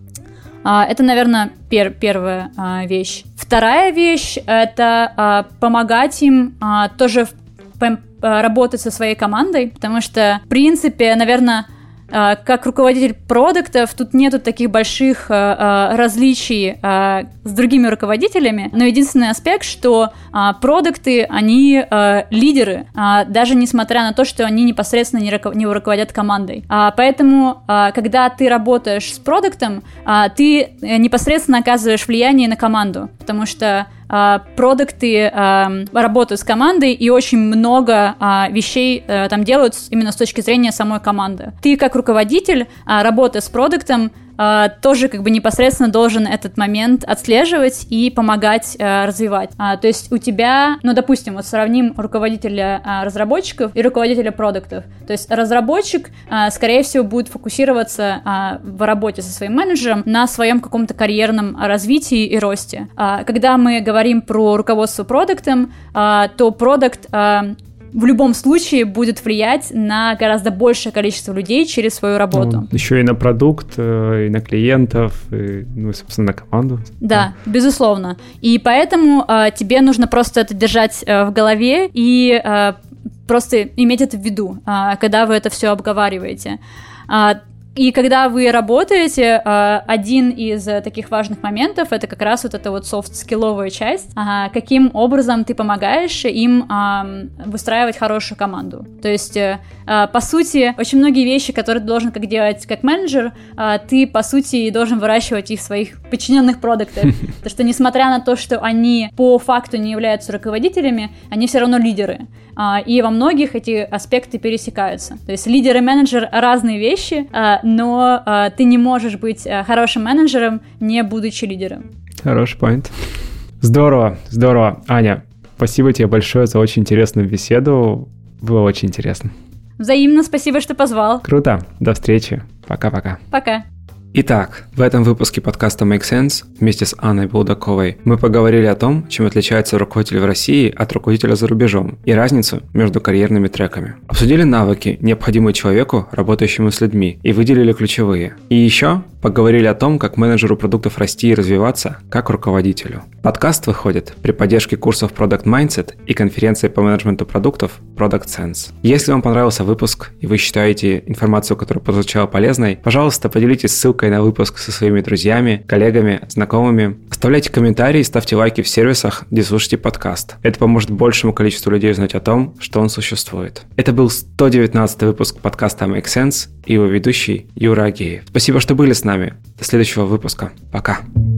А, это, наверное, пер, первая а, вещь. Вторая вещь — это а, помогать им а, тоже в, по, работать со своей командой, потому что, в принципе, наверное, как руководитель продуктов, тут нету таких больших а, различий а, с другими руководителями, но единственный аспект, что а, продукты, они а, лидеры, а, даже несмотря на то, что они непосредственно не, руко- не руководят командой. А, поэтому, а, когда ты работаешь с продуктом, а, ты непосредственно оказываешь влияние на команду, потому что продукты uh, uh, работают с командой, и очень много uh, вещей uh, там делают именно с точки зрения самой команды. Ты как руководитель, uh, работая с продуктом, Uh, тоже как бы непосредственно должен этот момент отслеживать и помогать uh, развивать. Uh, то есть у тебя, ну, допустим, вот сравним руководителя uh, разработчиков и руководителя продуктов. То есть разработчик, uh, скорее всего, будет фокусироваться uh, в работе со своим менеджером на своем каком-то карьерном развитии и росте. Uh, когда мы говорим про руководство продуктом, uh, то продукт uh, в любом случае будет влиять на гораздо большее количество людей через свою работу. Ну, еще и на продукт, и на клиентов, и, ну, собственно, на команду. Да, безусловно. И поэтому э, тебе нужно просто это держать э, в голове и э, просто иметь это в виду, э, когда вы это все обговариваете. Э, И когда вы работаете, один из таких важных моментов — это как раз вот эта вот софт-скилловая часть, каким образом ты помогаешь им выстраивать хорошую команду. То есть, по сути, очень многие вещи, которые ты должен как делать как менеджер, ты, по сути, должен выращивать их в своих подчиненных продуктах. Потому что, несмотря на то, что они по факту не являются руководителями, они все равно лидеры. И во многих эти аспекты пересекаются. То есть лидер и менеджер — разные вещи, но ты не можешь быть хорошим менеджером, не будучи лидером. Хороший поинт. Здорово, здорово. Аня, спасибо тебе большое за очень интересную беседу. Было очень интересно. Взаимно, спасибо, что позвал. Круто. До встречи. Пока-пока. Пока. Итак, в этом выпуске подкаста Make Sense вместе с Анной Булдаковой мы поговорили о том, чем отличается руководитель в России от руководителя за рубежом и разницу между карьерными треками. Обсудили навыки, необходимые человеку, работающему с людьми, и выделили ключевые. И еще поговорили о том, как менеджеру продуктов расти и развиваться, как руководителю. Подкаст выходит при поддержке курсов Product Mindset и конференции по менеджменту продуктов Product Sense. Если вам понравился выпуск и вы считаете информацию, которая прозвучала полезной, пожалуйста, поделитесь ссылкой на выпуск со своими друзьями, коллегами, знакомыми. Оставляйте комментарии и ставьте лайки в сервисах, где слушаете подкаст. Это поможет большему количеству людей узнать о том, что он существует. Это был сто девятнадцатый выпуск подкаста Make Sense и его ведущий Юра Агеев. Спасибо, что были с нами. До следующего выпуска. Пока.